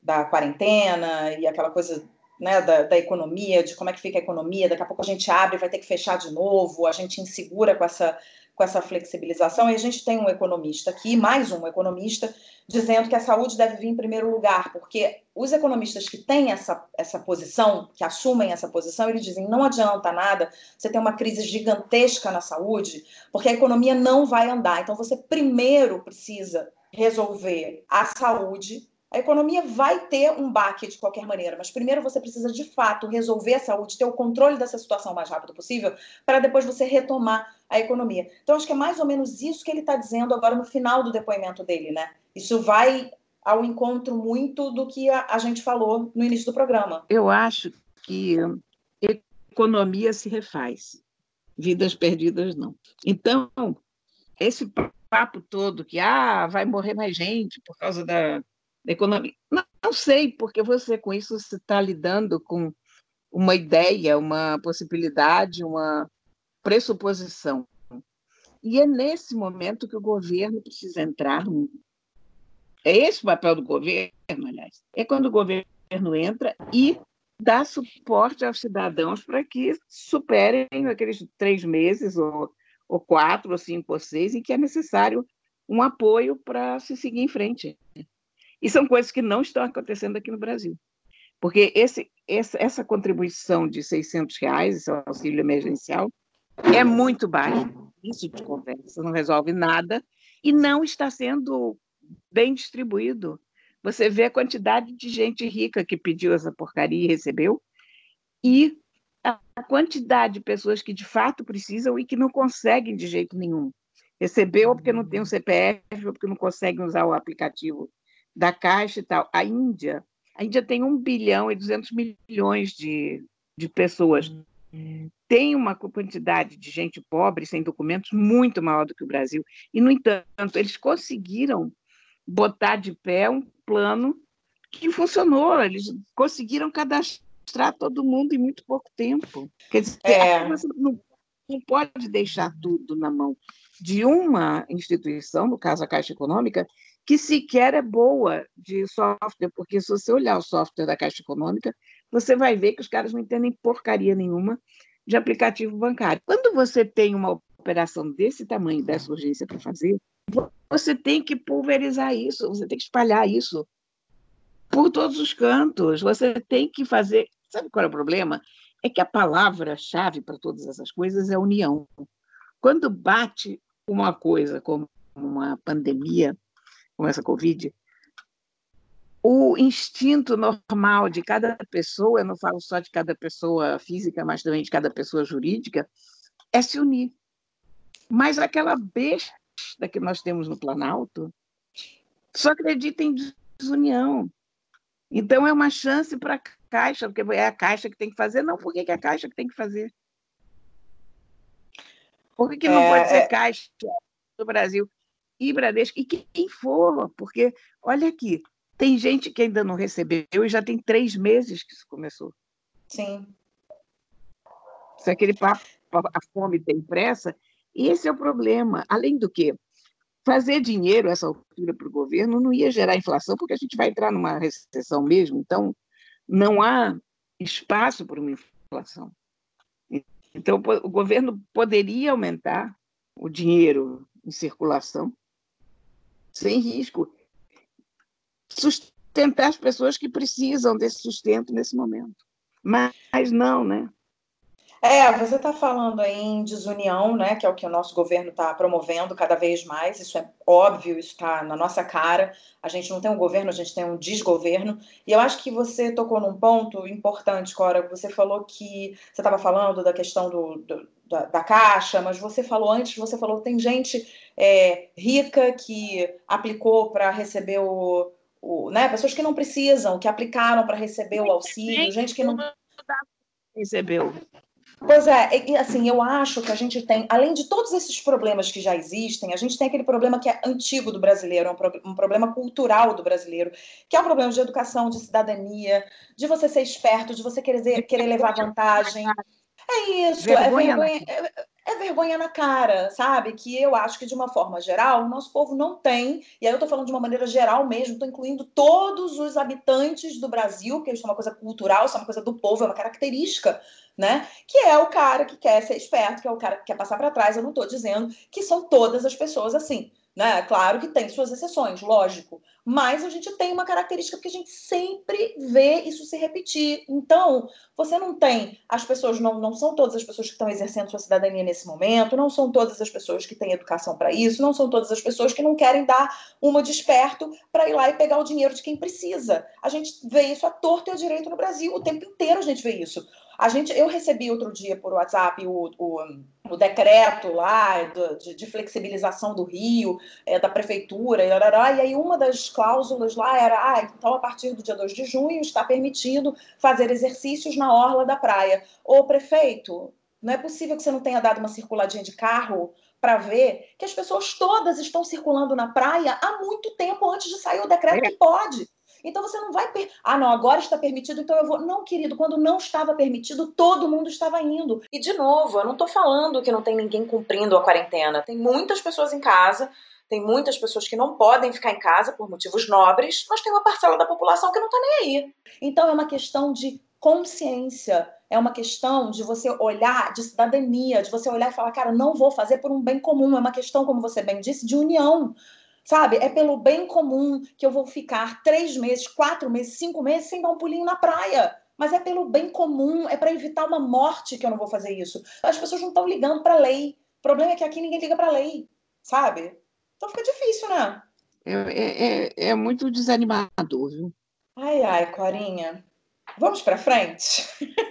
da quarentena e aquela coisa, né, da, da economia, de como é que fica a economia, daqui a pouco a gente abre e vai ter que fechar de novo, a gente insegura com essa, com essa flexibilização, e a gente tem um economista aqui, mais um economista, dizendo que a saúde deve vir em primeiro lugar, porque os economistas que têm essa, essa posição, que assumem essa posição, eles dizem, não adianta nada você ter uma crise gigantesca na saúde, porque a economia não vai andar, então você primeiro precisa resolver a saúde. A economia vai ter um baque de qualquer maneira, mas primeiro você precisa, de fato, resolver a saúde, ter o controle dessa situação o mais rápido possível, para depois você retomar a economia. Então, acho que é mais ou menos isso que ele está dizendo agora no final do depoimento dele, né? Isso vai ao encontro muito do que a, a gente falou no início do programa. Eu acho que economia se refaz, vidas perdidas não. Então, esse papo todo que ah, vai morrer mais gente por causa da, da economia, não, não sei, porque você com isso está lidando com uma ideia, uma possibilidade, uma pressuposição. E é nesse momento que o governo precisa entrar. É esse o papel do governo, aliás. É quando o governo entra e dá suporte aos cidadãos para que superem aqueles três meses, ou, ou quatro, ou cinco, ou seis, em que é necessário um apoio para se seguir em frente. E são coisas que não estão acontecendo aqui no Brasil. Porque esse, essa contribuição de seiscentos reais, esse auxílio emergencial, é muito baixo. Isso de conversa não resolve nada e não está sendo bem distribuído. Você vê a quantidade de gente rica que pediu essa porcaria e recebeu, e a quantidade de pessoas que de fato precisam e que não conseguem de jeito nenhum. Recebeu ou porque não tem um C P F, ou porque não conseguem usar o aplicativo da Caixa e tal. A Índia, a Índia tem um bilhão e duzentos milhões de, de pessoas. Tem uma quantidade de gente pobre, sem documentos, muito maior do que o Brasil. E, no entanto, eles conseguiram botar de pé um plano que funcionou. Eles conseguiram cadastrar todo mundo em muito pouco tempo. Quer dizer, É. você não, não pode deixar tudo na mão de uma instituição, no caso a Caixa Econômica, que sequer é boa de software, porque se você olhar o software da Caixa Econômica, você vai ver que os caras não entendem porcaria nenhuma de aplicativo bancário. Quando você tem uma operação desse tamanho, dessa urgência para fazer, você tem que pulverizar isso, você tem que espalhar isso por todos os cantos, você tem que fazer... Sabe qual é o problema? É que a palavra-chave para todas essas coisas é união. Quando bate uma coisa como uma pandemia, como essa Covid, o instinto normal de cada pessoa, eu não falo só de cada pessoa física, mas também de cada pessoa jurídica, é se unir. Mas aquela besta que nós temos no Planalto só acredita em desunião. Então, é uma chance para a Caixa, porque é a Caixa que tem que fazer. Não, por que é a Caixa que tem que fazer? Por que, que não é, pode ser é... Caixa do Brasil e Bradesco? E quem for, porque, olha aqui, tem gente que ainda não recebeu e já tem três meses que isso começou. Sim. Se aquele papo, a fome tem pressa, esse é o problema. Além do que, fazer dinheiro essa altura para o governo não ia gerar inflação, porque a gente vai entrar numa recessão mesmo, então não há espaço para uma inflação. Então, o governo poderia aumentar o dinheiro em circulação sem risco, sustentar as pessoas que precisam desse sustento nesse momento. Mas não, né? É, você está falando aí em desunião, né, que é o que o nosso governo está promovendo cada vez mais, isso é óbvio, isso está na nossa cara, a gente não tem um governo, a gente tem um desgoverno, e eu acho que você tocou num ponto importante, Cora, você falou que, você estava falando da questão do, do, da, da Caixa, mas você falou antes, você falou que tem gente é, rica que aplicou para receber o, o, né, pessoas que não precisam, que aplicaram para receber o auxílio, gente que não... recebeu. Pois é, e assim, eu acho que a gente tem, além de todos esses problemas que já existem, a gente tem aquele problema que é antigo do brasileiro, é um, pro, um problema cultural do brasileiro, que é um problema de educação, de cidadania, de você ser esperto, de você querer, querer levar vantagem. É isso, vergonha é vergonha. É, é vergonha na cara, sabe? Que eu acho que, de uma forma geral, o nosso povo não tem, e aí eu tô falando de uma maneira geral mesmo, tô incluindo todos os habitantes do Brasil, porque isso é uma coisa cultural, isso é uma coisa do povo, é uma característica, né? Que é o cara que quer ser esperto, que é o cara que quer passar para trás. Eu não tô dizendo que são todas as pessoas assim, né? Claro que tem suas exceções, lógico, mas a gente tem uma característica porque a gente sempre vê isso se repetir. Então, você não tem, as pessoas não, não são todas as pessoas que estão exercendo sua cidadania nesse momento, não são todas as pessoas que têm educação para isso, não são todas as pessoas que não querem dar uma de esperto para ir lá e pegar o dinheiro de quem precisa. A gente vê isso à torta e à direito no Brasil, o tempo inteiro a gente vê isso. A gente, eu recebi outro dia por WhatsApp o, o, o decreto lá do, de, de flexibilização do Rio, é, da prefeitura, e, e aí uma das cláusulas lá era, ah, então a partir do dia dois de junho está permitido fazer exercícios na orla da praia. Ô, prefeito, não é possível que você não tenha dado uma circuladinha de carro para ver que as pessoas todas estão circulando na praia há muito tempo antes de sair o decreto que pode. Então você não vai... Per... Ah, não, agora está permitido, então eu vou... Não, querido, quando não estava permitido, todo mundo estava indo. E, de novo, eu não estou falando que não tem ninguém cumprindo a quarentena. Tem muitas pessoas em casa, tem muitas pessoas que não podem ficar em casa por motivos nobres, mas tem uma parcela da população que não está nem aí. Então é uma questão de consciência, é uma questão de você olhar, de cidadania, de você olhar e falar, cara, não vou fazer por um bem comum. É uma questão, como você bem disse, de união. Sabe? É pelo bem comum que eu vou ficar três meses, quatro meses, cinco meses sem dar um pulinho na praia. Mas é pelo bem comum, é para evitar uma morte que eu não vou fazer isso. As pessoas não estão ligando para a lei. O problema é que aqui ninguém liga para a lei, sabe? Então fica difícil, né? É, é, é muito desanimador, viu? Ai, ai, Corinha. Vamos para frente?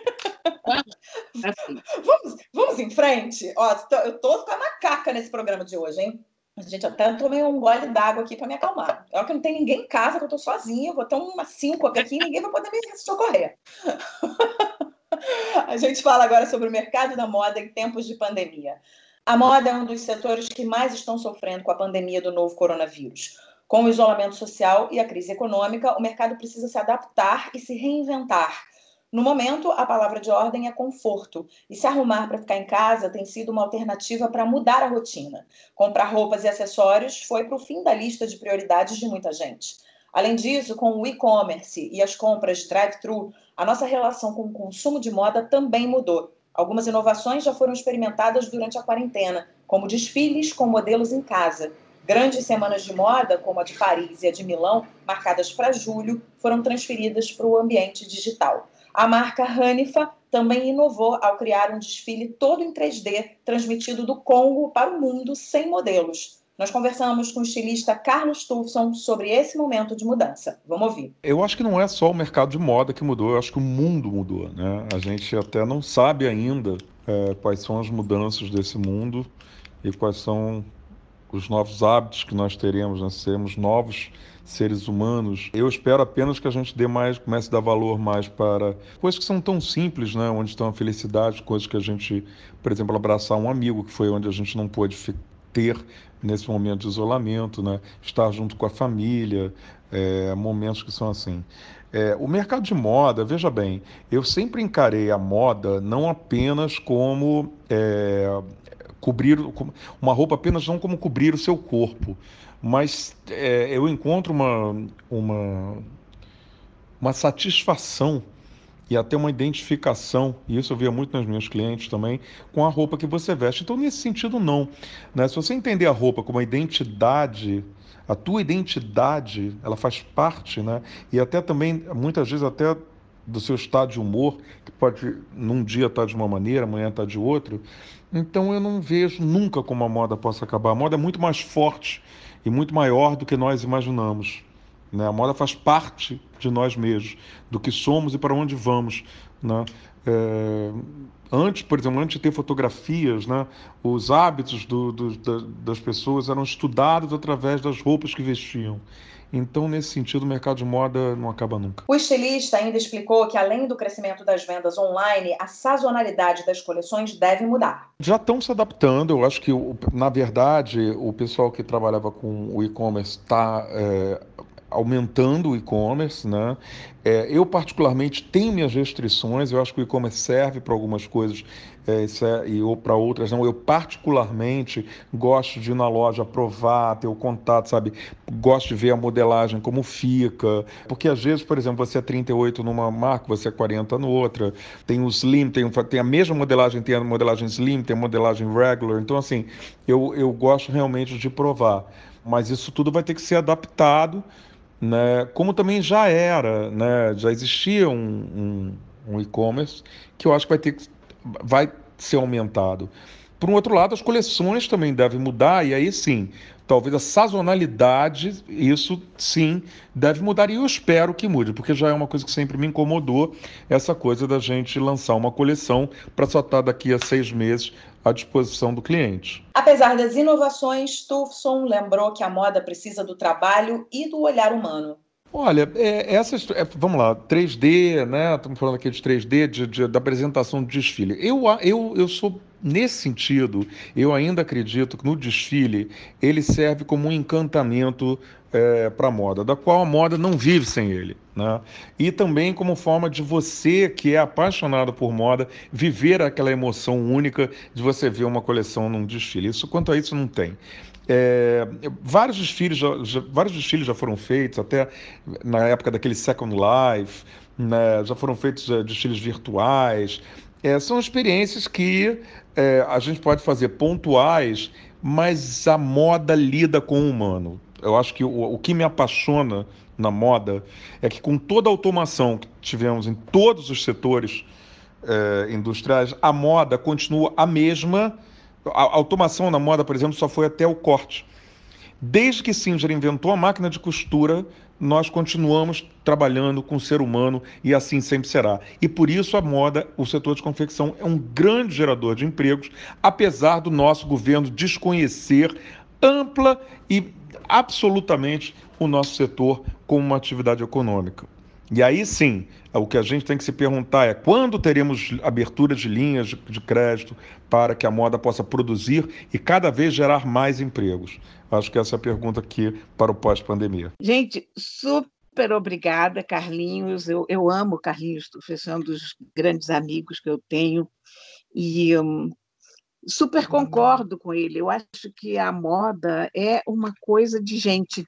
Assim. vamos, vamos em frente? Ó, eu tô com a macaca nesse programa de hoje, hein? Gente, até tomei um gole d'água aqui para me acalmar. É que não tem ninguém em casa, que eu tô sozinha, eu vou ter uma síncope aqui e ninguém vai poder me socorrer. A gente fala agora sobre o mercado da moda em tempos de pandemia. A moda é um dos setores que mais estão sofrendo com a pandemia do novo coronavírus. Com o isolamento social e a crise econômica, o mercado precisa se adaptar e se reinventar. No momento, a palavra de ordem é conforto, e se arrumar para ficar em casa tem sido uma alternativa para mudar a rotina. Comprar roupas e acessórios foi para o fim da lista de prioridades de muita gente. Além disso, com o e-commerce e as compras drive-thru, a nossa relação com o consumo de moda também mudou. Algumas inovações já foram experimentadas durante a quarentena, como desfiles com modelos em casa. Grandes semanas de moda, como a de Paris e a de Milão, marcadas para julho, foram transferidas para o ambiente digital. A marca Hanifa também inovou ao criar um desfile todo em três D, transmitido do Congo para o mundo sem modelos. Nós conversamos com o estilista Carlos Tufson sobre esse momento de mudança. Vamos ouvir. Eu acho que não é só o mercado de moda que mudou, eu acho que o mundo mudou, né? A gente até não sabe ainda é, quais são as mudanças desse mundo e quais são os novos hábitos que nós teremos, nós seremos novos seres humanos. Eu espero apenas que a gente dê mais, comece a dar valor mais para coisas que são tão simples, né? Onde estão a felicidade, coisas que a gente, por exemplo, abraçar um amigo, que foi onde a gente não pôde ter nesse momento de isolamento, né? Estar junto com a família, é, momentos que são assim. É, o mercado de moda, veja bem, eu sempre encarei a moda não apenas como é, cobrir uma roupa apenas não como cobrir o seu corpo, mas é, eu encontro uma, uma, uma satisfação e até uma identificação, e isso eu via muito nos meus clientes também, com a roupa que você veste. Então, nesse sentido, não. Né? Se você entender a roupa como uma identidade, a tua identidade, ela faz parte, né? E até também, muitas vezes, até do seu estado de humor, que pode, num dia estar de uma maneira, amanhã estar de outro. Então, eu não vejo nunca como a moda possa acabar. A moda é muito mais forte e muito maior do que nós imaginamos. Né? A moda faz parte de nós mesmos, do que somos e para onde vamos. Né? É... Antes, por exemplo, antes de ter fotografias, né? Os hábitos do, do, da, das pessoas eram estudados através das roupas que vestiam. Então, nesse sentido, o mercado de moda não acaba nunca. O estilista ainda explicou que, além do crescimento das vendas online, a sazonalidade das coleções deve mudar. Já estão se adaptando. Eu acho que, na verdade, o pessoal que trabalhava com o e-commerce está... É... aumentando o e-commerce, né? É, eu, particularmente, tenho minhas restrições, eu acho que o e-commerce serve para algumas coisas é, é, e ou para outras não. Eu, particularmente, gosto de ir na loja provar, ter o contato, sabe? Gosto de ver a modelagem, como fica, porque às vezes, por exemplo, você é trinta e oito numa marca, você é quarenta no outra, tem o slim, tem, tem a mesma modelagem, tem a modelagem slim, tem a modelagem regular, então assim, eu, eu gosto realmente de provar, mas isso tudo vai ter que ser adaptado, né? Como também já era, né? Já existia um, um, um e-commerce que eu acho que vai ter que, vai ser aumentado. Por um outro lado, as coleções também devem mudar, e aí sim, talvez a sazonalidade, isso sim, deve mudar, e eu espero que mude, porque já é uma coisa que sempre me incomodou, essa coisa da gente lançar uma coleção para só estar daqui a seis meses à disposição do cliente. Apesar das inovações, Tufson lembrou que a moda precisa do trabalho e do olhar humano. Olha, é, essas, é, vamos lá, três D, né? Estamos falando aqui de três D, de, de- da apresentação do desfile. Eu, a- eu, eu sou, nesse sentido, eu ainda acredito que no desfile ele serve como um encantamento para a moda, da qual a moda não vive sem ele, né? E também como forma de você, que é apaixonado por moda, viver aquela emoção única de você ver uma coleção num desfile. Isso, quanto a isso, não tem. É, vários desfiles já, já- vários desfiles já foram feitos, até na época daquele Second Life, né, já foram feitos eh, desfiles virtuais. É, são experiências que é, a gente pode fazer pontuais, mas a moda lida com o humano. Eu acho que o, o que me apaixona na moda é que, com toda a automação que tivemos em todos os setores eh, industriais, a moda continua a mesma. A a automação na moda, por exemplo, só foi até o corte. Desde que Singer inventou a máquina de costura, nós continuamos trabalhando com o ser humano e assim sempre será. E por isso a moda, o setor de confecção, é um grande gerador de empregos, apesar do nosso governo desconhecer ampla e absolutamente o nosso setor como uma atividade econômica. E aí sim, o que a gente tem que se perguntar é quando teremos abertura de linhas de, de crédito para que a moda possa produzir e cada vez gerar mais empregos. Acho que essa é a pergunta aqui para o pós-pandemia. Gente, super obrigada, Carlinhos. Eu, eu amo o Carlinhos, você é um dos grandes amigos que eu tenho. E hum, super concordo com ele. Eu acho que a moda é uma coisa de gente.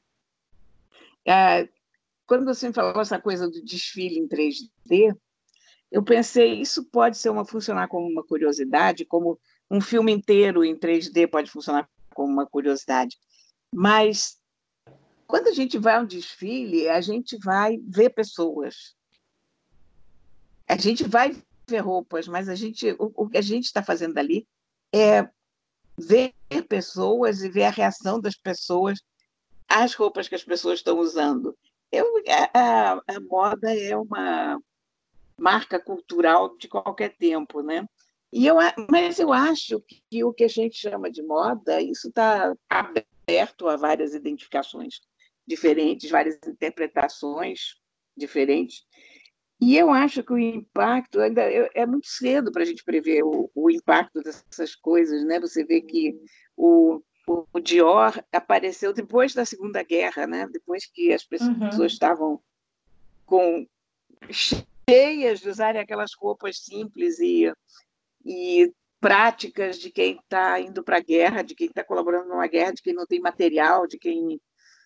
Ah, quando você me falou essa coisa do desfile em três D, eu pensei, isso pode ser uma funcionar como uma curiosidade, como um filme inteiro em três D pode funcionar como uma curiosidade. Mas quando a gente vai a um desfile, a gente vai ver pessoas. A gente vai ver roupas, mas a gente, o, o que a gente está fazendo ali é ver pessoas e ver a reação das pessoas às roupas que as pessoas estão usando. Eu, a, a, a moda é uma marca cultural de qualquer tempo, né? E eu, mas eu acho que o que a gente chama de moda, isso está aberto a várias identificações diferentes, várias interpretações diferentes. E eu acho que o impacto ainda é, é muito cedo para a gente prever o, o impacto dessas coisas, né? Você vê que o, o, o Dior apareceu depois da Segunda Guerra, né? Depois que as pessoas uhum. estavam com cheias de usarem aquelas roupas simples e, e práticas de quem está indo para a guerra, de quem está colaborando numa guerra, de quem não tem material, de quem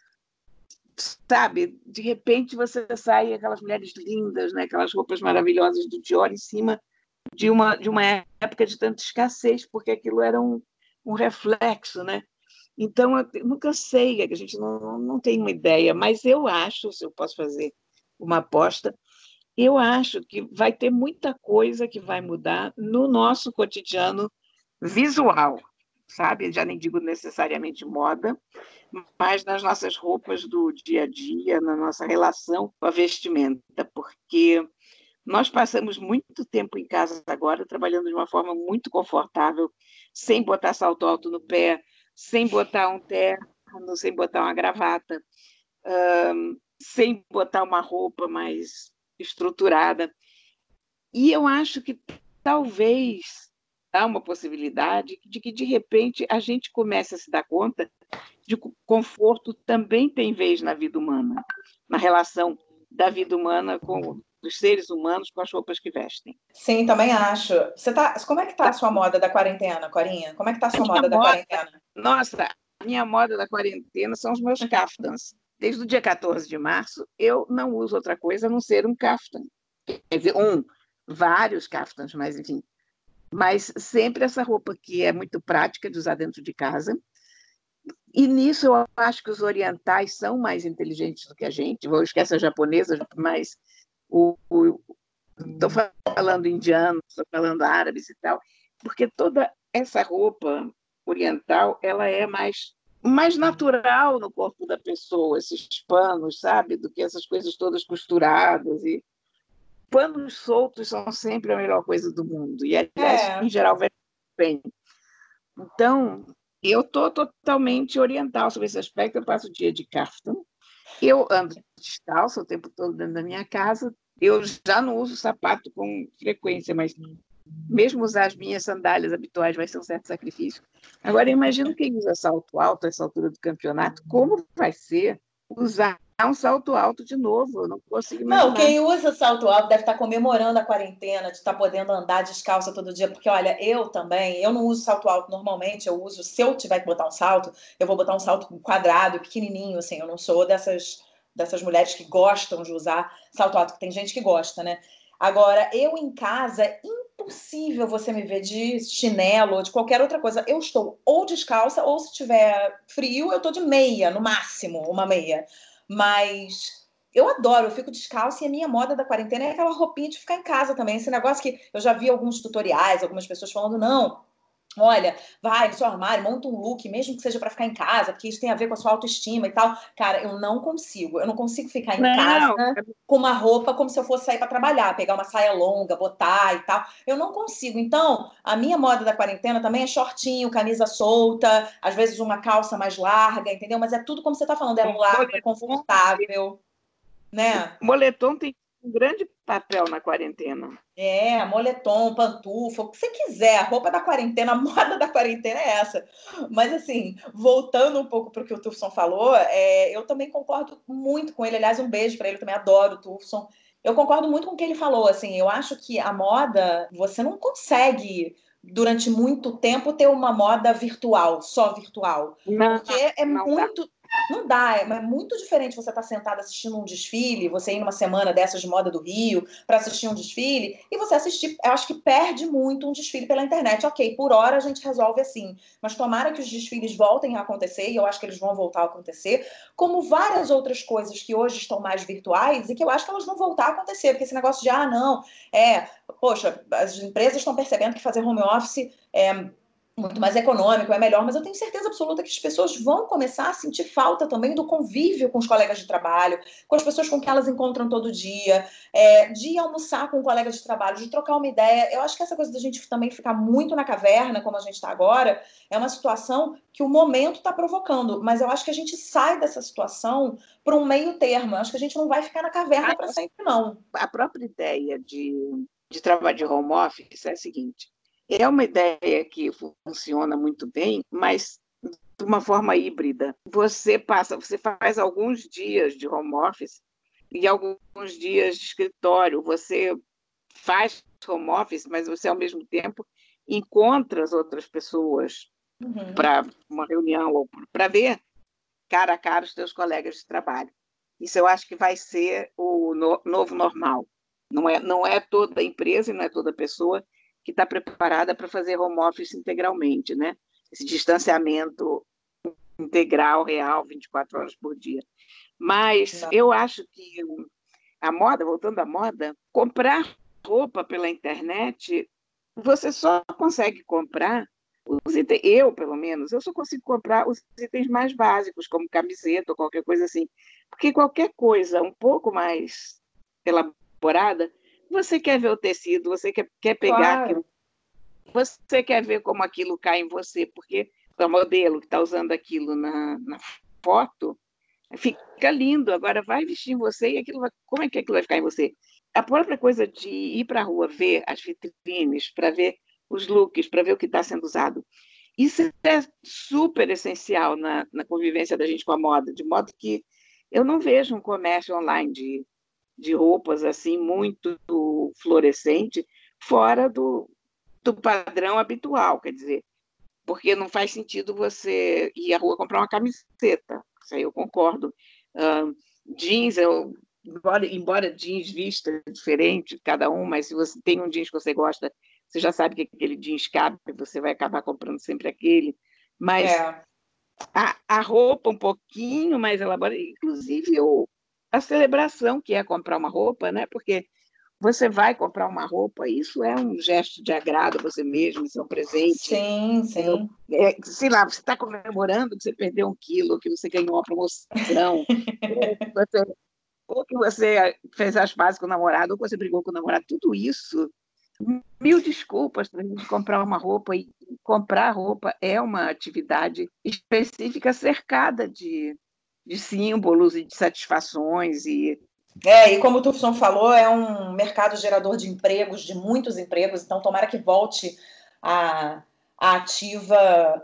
sabe, de repente você sai aquelas mulheres lindas, né, aquelas roupas maravilhosas do Dior em cima de uma de uma época de tanta escassez, porque aquilo era um, um reflexo, né? Então eu nunca sei, a gente não, não tem uma ideia, mas eu acho, se eu posso fazer uma aposta, eu acho que vai ter muita coisa que vai mudar no nosso cotidiano visual, sabe? Já nem digo necessariamente moda, mas nas nossas roupas do dia a dia, na nossa relação com a vestimenta, porque nós passamos muito tempo em casa agora, trabalhando de uma forma muito confortável, sem botar salto alto no pé, sem botar um terno, sem botar uma gravata, um, sem botar uma roupa mais estruturada. E eu acho que talvez há uma possibilidade de que, de repente, a gente comece a se dar conta de que o conforto também tem vez na vida humana, na relação da vida humana com os seres humanos com as roupas que vestem. Sim, também acho. Você tá, como é que tá a sua moda da quarentena, Corinha? Como é que tá a sua A minha moda da moda, quarentena? nossa, a minha moda da quarentena são os meus caftans. Desde o dia quatorze de março, eu não uso outra coisa a não ser um caftan. Quer dizer, um, vários caftans, mas enfim. Mas sempre essa roupa que é muito prática de usar dentro de casa. E nisso eu acho que os orientais são mais inteligentes do que a gente. Vou esquecer as japonesas, mas estou falando indiano, estou falando árabes e tal, porque toda essa roupa oriental ela é mais mais natural no corpo da pessoa, esses panos, sabe, do que essas coisas todas costuradas. E panos soltos são sempre a melhor coisa do mundo. E, aliás, É. em geral, vai bem. Então, eu estou totalmente oriental sobre esse aspecto. Eu passo o dia de kaftan. Eu ando descalça o tempo todo dentro da minha casa. Eu já não uso sapato com frequência, mas mesmo usar as minhas sandálias habituais vai ser um certo sacrifício. Agora, imagino quem usa salto alto a essa altura do campeonato, como vai ser usar um salto alto de novo? Eu não consigo imaginar. Não, quem usa salto alto deve estar comemorando a quarentena, de estar podendo andar descalça todo dia, porque, olha, eu também, eu não uso salto alto normalmente, eu uso, se eu tiver que botar um salto, eu vou botar um salto quadrado, pequenininho, assim, eu não sou dessas, dessas mulheres que gostam de usar salto alto, que tem gente que gosta, né? Agora, eu em casa, é impossível você me ver de chinelo ou de qualquer outra coisa. Eu estou ou descalça, ou se tiver frio, eu estou de meia, no máximo, uma meia. Mas eu adoro, eu fico descalça e a minha moda da quarentena é aquela roupinha de ficar em casa também. Esse negócio que eu já vi alguns tutoriais, algumas pessoas falando, não, olha, vai no seu armário, monta um look, mesmo que seja para ficar em casa, porque isso tem a ver com a sua autoestima e tal. Cara, eu não consigo. Eu não consigo ficar em casa Não, com uma roupa como se eu fosse sair para trabalhar, pegar uma saia longa, botar e tal. Eu não consigo. Então, a minha moda da quarentena também é shortinho, camisa solta, às vezes uma calça mais larga, entendeu? Mas é tudo como você tá falando, é largo, é confortável, né? o moletom tem um grande papel na quarentena. É, moletom, pantufa, o que você quiser. A roupa da quarentena, a moda da quarentena é essa. Mas, assim, voltando um pouco para o que o Tufson falou, é, eu também concordo muito com ele. Aliás, um beijo para ele, eu também adoro o Tufson. Eu concordo muito com o que ele falou. Assim, eu acho que a moda, você não consegue, durante muito tempo, ter uma moda virtual, só virtual. Não, Porque é não dá. muito. Não dá, é, é muito diferente você estar sentado assistindo um desfile, você ir numa semana dessas de moda do Rio para assistir um desfile, e você assistir, eu acho que perde muito um desfile pela internet. Ok, por hora a gente resolve assim, mas tomara que os desfiles voltem a acontecer, e eu acho que eles vão voltar a acontecer, como várias outras coisas que hoje estão mais virtuais, e que eu acho que elas vão voltar a acontecer, porque esse negócio de, ah, não, é, poxa, as empresas estão percebendo que fazer home office é muito mais econômico, é melhor, mas eu tenho certeza absoluta que as pessoas vão começar a sentir falta também do convívio com os colegas de trabalho, com as pessoas com quem elas encontram todo dia, é, de almoçar com colegas de trabalho, de trocar uma ideia. Eu acho que essa coisa da gente também ficar muito na caverna, como a gente está agora, é uma situação que o momento está provocando, mas eu acho que a gente sai dessa situação para um meio termo. Eu acho que a gente não vai ficar na caverna para sempre, não. A própria ideia de, de trabalho de home office é a seguinte: é uma ideia que funciona muito bem, mas de uma forma híbrida. Você passa, você faz alguns dias de home office e alguns dias de escritório. Você faz home office, mas você, ao mesmo tempo, encontra as outras pessoas uhum. para uma reunião ou para ver cara a cara os teus colegas de trabalho. Isso eu acho que vai ser o no, novo normal. Não é, não é toda empresa e não é toda pessoa que está preparada para fazer home office integralmente, né? Esse distanciamento integral, real, vinte e quatro horas por dia. Mas não. Eu acho que a moda, voltando à moda, comprar roupa pela internet, você só consegue comprar os itens, eu, pelo menos, eu só consigo comprar os itens mais básicos, como camiseta ou qualquer coisa assim. Porque qualquer coisa um pouco mais elaborada, você quer ver o tecido, você quer, quer pegar claro. Aquilo, você quer ver como aquilo cai em você, porque o modelo que está usando aquilo na, na foto fica lindo, agora vai vestir em você e aquilo vai, como é que aquilo vai ficar em você? A própria coisa de ir para a rua ver as vitrines, para ver os looks, para ver o que está sendo usado. Isso é super essencial na, na convivência da gente com a moda, de modo que eu não vejo um comércio online de, de roupas assim muito fluorescente fora do, do padrão habitual, quer dizer, porque não faz sentido você ir à rua comprar uma camiseta, isso aí eu concordo. Uh, jeans, eu, embora, embora jeans vista diferente cada um, mas se você tem um jeans que você gosta, você já sabe que aquele jeans cabe, você vai acabar comprando sempre aquele, mas É. a, a roupa um pouquinho mais elaborada, inclusive o, a celebração que é comprar uma roupa, né? Porque você vai comprar uma roupa, isso é um gesto de agrado a você mesmo, isso é um presente. Sim, sim. É, é, sei lá, você está comemorando que você perdeu um quilo, que você ganhou uma promoção, ou, que você, ou que você fez as pazes com o namorado, ou que você brigou com o namorado, tudo isso. Mil desculpas para a gente comprar uma roupa, e comprar roupa é uma atividade específica cercada de, de símbolos e de satisfações. E... É, e como o Tufson falou, é um mercado gerador de empregos, de muitos empregos, então tomara que volte a, a ativa,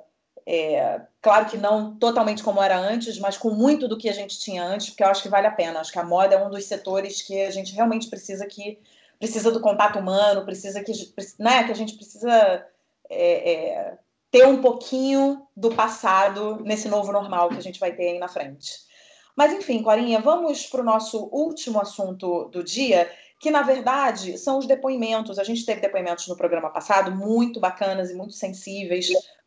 é, claro que não totalmente como era antes, mas com muito do que a gente tinha antes, porque eu acho que vale a pena. Acho que a moda é um dos setores que a gente realmente precisa que precisa do contato humano, precisa que, né, que a gente precisa é, é, ter um pouquinho do passado nesse novo normal que a gente vai ter aí na frente. Mas, enfim, Corinha, vamos para o nosso último assunto do dia, que, na verdade, são os depoimentos. A gente teve depoimentos no programa passado muito bacanas e muito sensíveis,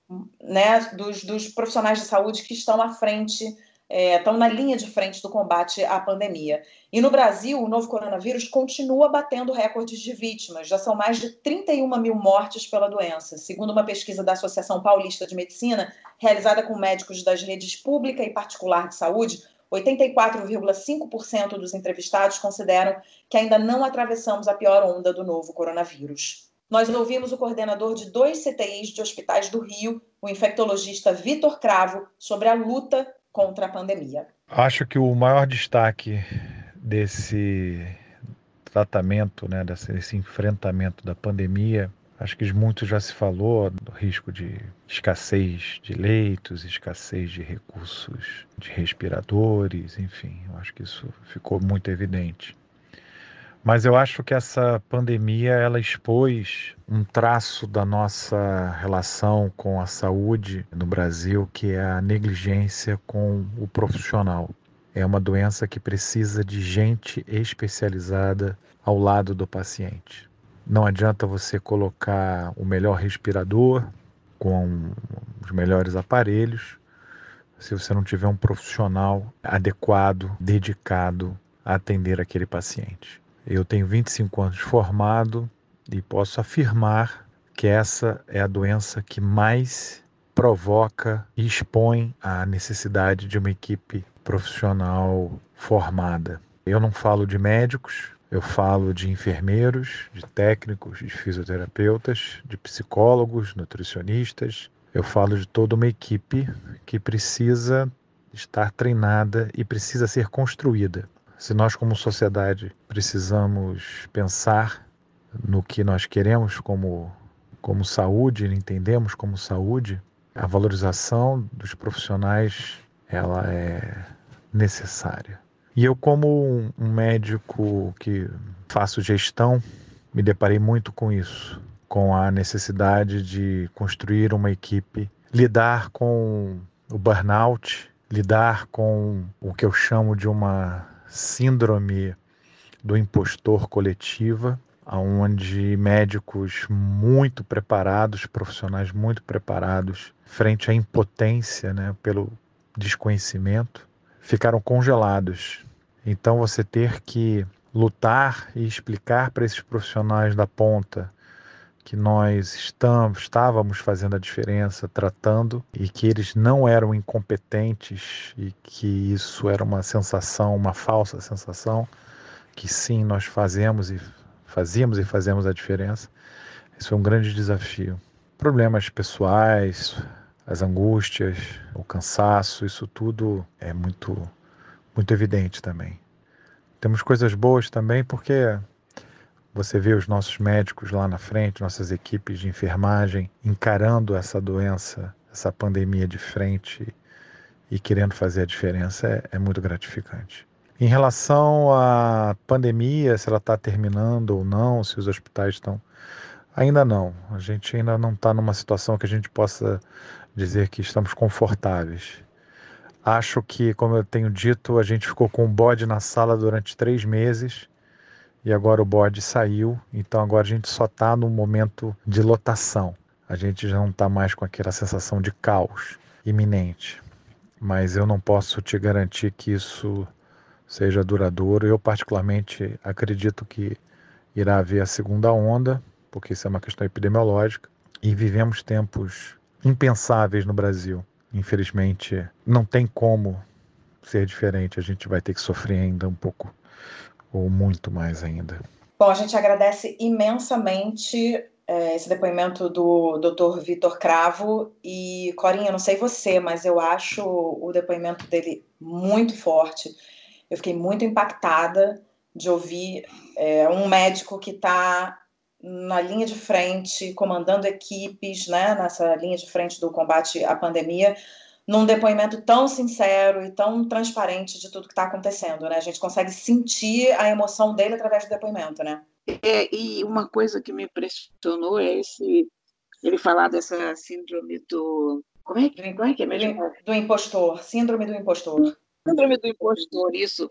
né, dos, dos profissionais de saúde que estão à frente, é, estão na linha de frente do combate à pandemia. E no Brasil, o novo coronavírus continua batendo recordes de vítimas. Já são mais de trinta e uma mil mortes pela doença, segundo uma pesquisa da Associação Paulista de Medicina, realizada com médicos das redes pública e particular de saúde. oitenta e quatro vírgula cinco por cento dos entrevistados consideram que ainda não atravessamos a pior onda do novo coronavírus. Nós ouvimos o coordenador de dois C T Is de hospitais do Rio, o infectologista Vitor Cravo, sobre a luta contra a pandemia. Acho que o maior destaque desse tratamento, né, desse, desse enfrentamento da pandemia, acho que muito já se falou do risco de escassez de leitos, escassez de recursos de respiradores, enfim, eu acho que isso ficou muito evidente. Mas eu acho que essa pandemia, ela expôs um traço da nossa relação com a saúde no Brasil, que é a negligência com o profissional. É uma doença que precisa de gente especializada ao lado do paciente. Não adianta você colocar o melhor respirador com os melhores aparelhos se você não tiver um profissional adequado, dedicado a atender aquele paciente. Eu tenho vinte e cinco anos de formado e posso afirmar que essa é a doença que mais provoca e expõe a necessidade de uma equipe profissional formada. Eu não falo de médicos, eu falo de enfermeiros, de técnicos, de fisioterapeutas, de psicólogos, nutricionistas. Eu falo de toda uma equipe que precisa estar treinada e precisa ser construída. Se nós, como sociedade, precisamos pensar no que nós queremos como, como saúde, entendemos como saúde, a valorização dos profissionais, ela é necessária. E eu, como um, um médico que faço gestão, me deparei muito com isso, com a necessidade de construir uma equipe, lidar com o burnout, lidar com o que eu chamo de uma síndrome do impostor coletiva, onde médicos muito preparados, profissionais muito preparados, frente à impotência, né, pelo desconhecimento, ficaram congelados. Então você ter que lutar e explicar para esses profissionais da ponta que nós estamos, estávamos fazendo a diferença, tratando, e que eles não eram incompetentes e que isso era uma sensação, uma falsa sensação, que sim, nós fazemos e fazíamos e fazemos a diferença. Isso é um grande desafio. Problemas pessoais, as angústias, o cansaço, isso tudo é muito, muito evidente também. Temos coisas boas também, porque Você vê os nossos médicos lá na frente, nossas equipes de enfermagem, encarando essa doença, essa pandemia de frente e querendo fazer a diferença, é, é muito gratificante. Em relação à pandemia, se ela está terminando ou não, se os hospitais estão... Ainda não. A gente ainda não está numa situação que a gente possa dizer que estamos confortáveis. Acho que, como eu tenho dito, a gente ficou com o bode na sala durante três meses e agora o bode saiu, então agora a gente só está no momento de lotação. A gente já não está mais com aquela sensação de caos iminente. Mas eu não posso te garantir que isso seja duradouro. Eu, particularmente, acredito que irá haver a segunda onda, porque isso é uma questão epidemiológica, e vivemos tempos impensáveis no Brasil. Infelizmente, não tem como ser diferente. A gente vai ter que sofrer ainda um pouco, ou muito mais ainda. Bom, a gente agradece imensamente é, esse depoimento do doutor Vitor Cravo. E, Corinha, não sei você, mas eu acho o depoimento dele muito forte. Eu fiquei muito impactada de ouvir é, um médico que está na linha de frente, comandando equipes, né, nessa linha de frente do combate à pandemia, num depoimento tão sincero e tão transparente de tudo que está acontecendo, né? A gente consegue sentir a emoção dele através do depoimento, né? É, e uma coisa que me impressionou é esse, ele falar dessa síndrome do... Como é que, como é, que é mesmo? Do, do impostor, síndrome do impostor. Síndrome do impostor, isso.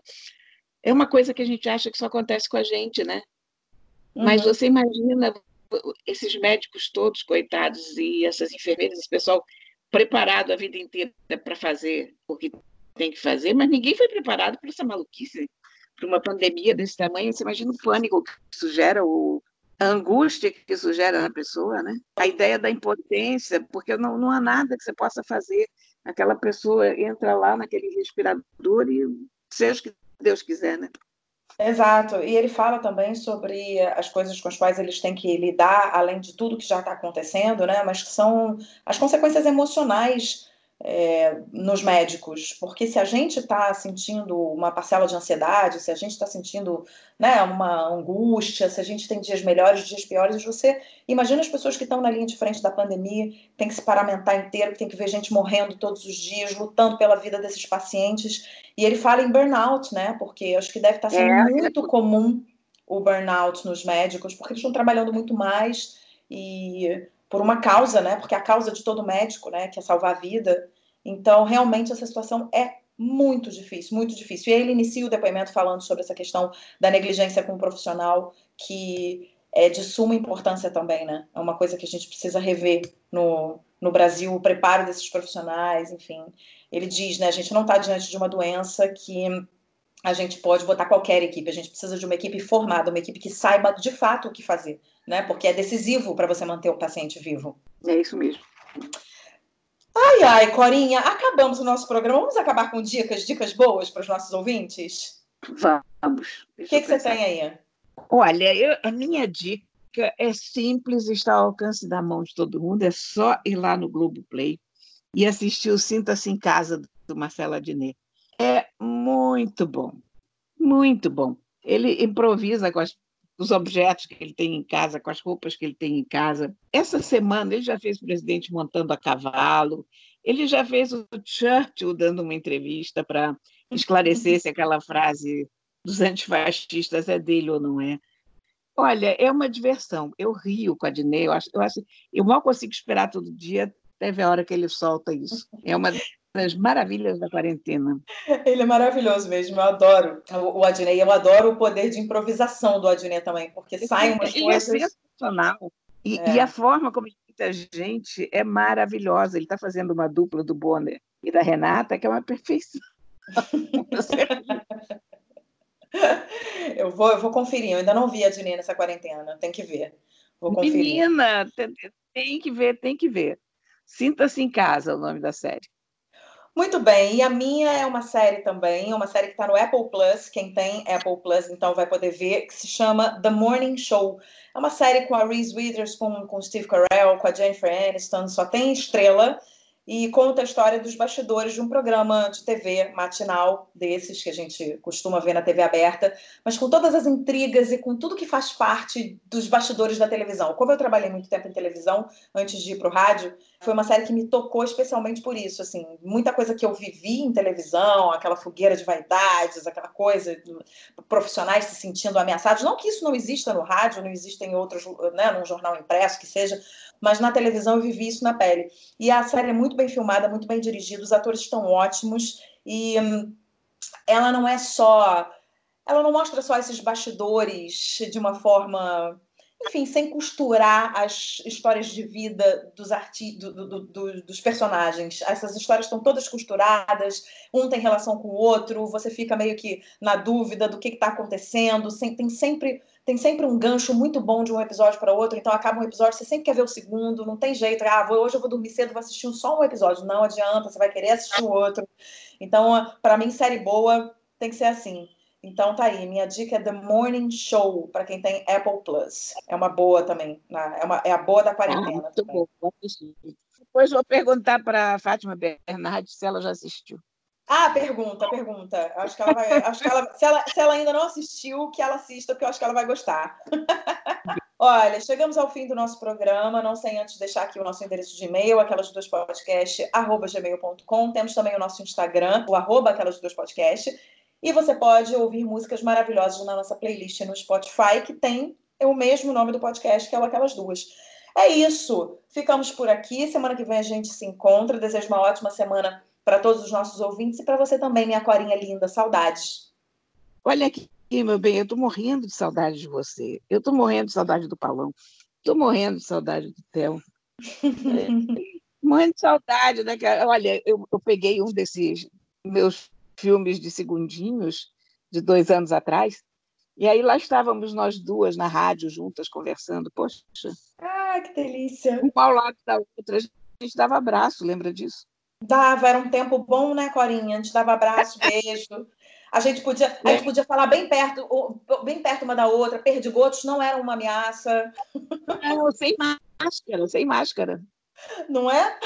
É uma coisa que a gente acha que só acontece com a gente, né? Uhum. Mas você imagina esses médicos todos, coitados, e essas enfermeiras, esse pessoal preparado a vida inteira para fazer o que tem que fazer, mas ninguém foi preparado para essa maluquice, para uma pandemia desse tamanho. Você imagina o pânico que isso gera, o, a angústia que isso gera na pessoa, né? A ideia da impotência, porque não, não há nada que você possa fazer. Aquela pessoa entra lá naquele respirador e seja o que Deus quiser, né? Exato, e ele fala também sobre as coisas com as quais eles têm que lidar, além de tudo que já está acontecendo, né? Mas que são as consequências emocionais é, nos médicos, porque se a gente está sentindo uma parcela de ansiedade, se a gente está sentindo, né, uma angústia, se a gente tem dias melhores, dias piores, você imagina as pessoas que estão na linha de frente da pandemia, tem que se paramentar inteiro, tem que ver gente morrendo todos os dias, lutando pela vida desses pacientes. E ele fala em burnout, né? Porque acho que deve estar sendo é, muito é... comum o burnout nos médicos, porque eles estão trabalhando muito mais e por uma causa, né? Porque a causa de todo médico, né? Que é salvar a vida. Então, realmente, essa situação é muito difícil, muito difícil. E ele inicia o depoimento falando sobre essa questão da negligência com o profissional, que é de suma importância também, né? É uma coisa que a gente precisa rever no, no Brasil, o preparo desses profissionais, enfim. Ele diz, né, a gente não está diante de uma doença que a gente pode botar qualquer equipe, a gente precisa de uma equipe formada, uma equipe que saiba de fato o que fazer, né? Porque é decisivo para você manter o paciente vivo. É isso mesmo. Ai, ai, Corinha, acabamos o nosso programa. Vamos acabar com dicas, dicas boas para os nossos ouvintes? Vamos. O que, que você tem aí? Olha, eu, a minha dica é simples, está ao alcance da mão de todo mundo, é só ir lá no Globoplay e assistir o Sinta-se em Casa, do Marcelo Adnet. É muito bom, muito bom. Ele improvisa com as, os objetos que ele tem em casa, com as roupas que ele tem em casa. Essa semana ele já fez o presidente montando a cavalo, ele já fez o Churchill dando uma entrevista para esclarecer se aquela frase dos antifascistas é dele ou não é. Olha, é uma diversão. Eu rio com a Adnet, eu acho, eu acho, eu mal consigo esperar todo dia até ver a hora que ele solta isso. É uma das maravilhas da quarentena. Ele é maravilhoso mesmo, eu adoro o Adnet, eu adoro o poder de improvisação do Adnet também, porque saem umas ele coisas... Ele é sensacional. E, é. e a forma como ele imita a gente é maravilhosa. Ele está fazendo uma dupla do Bonner e da Renata, que é uma perfeição. Eu vou, eu vou conferir, eu ainda não vi a Adnet nessa quarentena, tem que ver. Vou conferir. Menina, tem, tem que ver, tem que ver. Sinta-se em Casa, o nome da série. Muito bem, e a minha é uma série também, uma série que está no Apple Plus, quem tem Apple Plus então vai poder ver, que se chama The Morning Show. É uma série com a Reese Witherspoon, com o Steve Carell, com a Jennifer Aniston, só tem estrela, e conta a história dos bastidores de um programa de T V matinal desses que a gente costuma ver na T V aberta, mas com todas as intrigas e com tudo que faz parte dos bastidores da televisão. Como eu trabalhei muito tempo em televisão, antes de ir para o rádio, foi uma série que me tocou especialmente por isso. Assim, muita coisa que eu vivi em televisão, aquela fogueira de vaidades, aquela coisa, profissionais se sentindo ameaçados. Não que isso não exista no rádio, não exista em outros, né, num jornal impresso, que seja, mas na televisão eu vivi isso na pele. E a série é muito bem filmada, muito bem dirigida, os atores estão ótimos, e hum, ela não é só... Ela não mostra só esses bastidores de uma forma... Enfim, sem costurar as histórias de vida dos, arti do, do, do, dos personagens. Essas histórias estão todas costuradas, um tem relação com o outro, você fica meio que na dúvida do que está acontecendo, tem sempre... Tem sempre um gancho muito bom de um episódio para outro, então acaba um episódio, você sempre quer ver o segundo, não tem jeito, ah, vou, hoje eu vou dormir cedo, vou assistir só um episódio. Não adianta, você vai querer assistir o outro. Então, para mim, série boa tem que ser assim. Então tá aí, minha dica é The Morning Show, para quem tem Apple Plus. É uma boa também, é, uma, é a boa da quarentena. Ah, muito bom. Depois vou perguntar para a Fátima Bernardes se ela já assistiu. Ah, pergunta, pergunta. Acho que ela vai. Acho que ela, se, ela, se ela ainda não assistiu, que ela assista, porque eu acho que ela vai gostar. Olha, chegamos ao fim do nosso programa, não sem antes deixar aqui o nosso endereço de e-mail, aquelas duas podcast, arroba gmail ponto com. Temos também o nosso Instagram, o arroba aquelas duas podcast. E você pode ouvir músicas maravilhosas na nossa playlist no Spotify, que tem o mesmo nome do podcast, que é o Aquelas Duas. É isso. Ficamos por aqui. Semana que vem a gente se encontra. Desejo uma ótima semana para todos os nossos ouvintes e para você também, minha Corinha linda. Saudades. Olha aqui, meu bem, eu estou morrendo de saudade de você. Eu estou morrendo de saudade do Paulão. Estou morrendo de saudade do Theo. é, morrendo de saudade daquela... Olha, eu, eu peguei um desses meus filmes de segundinhos de dois anos atrás, e aí lá estávamos nós duas na rádio juntas conversando. Poxa. Ah, que delícia. Um ao lado da outra. A gente dava abraço, lembra disso? Dava, era um tempo bom, né, Corinha? A gente dava abraço, beijo. A gente podia, a gente podia falar bem perto, bem perto uma da outra. Perdigotos não eram uma ameaça. Não, sem máscara, sem máscara. Não é?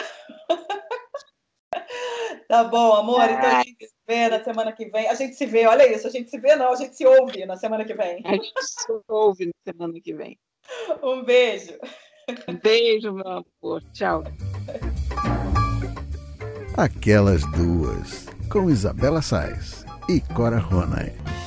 Tá bom, amor. Então a gente se vê na semana que vem. A gente se vê, olha isso, a gente se vê não, a gente se ouve na semana que vem. A gente se ouve na semana que vem. Um beijo. Um beijo, meu amor. Tchau. Aquelas Duas, com Isabela Sais e Cora Ronay.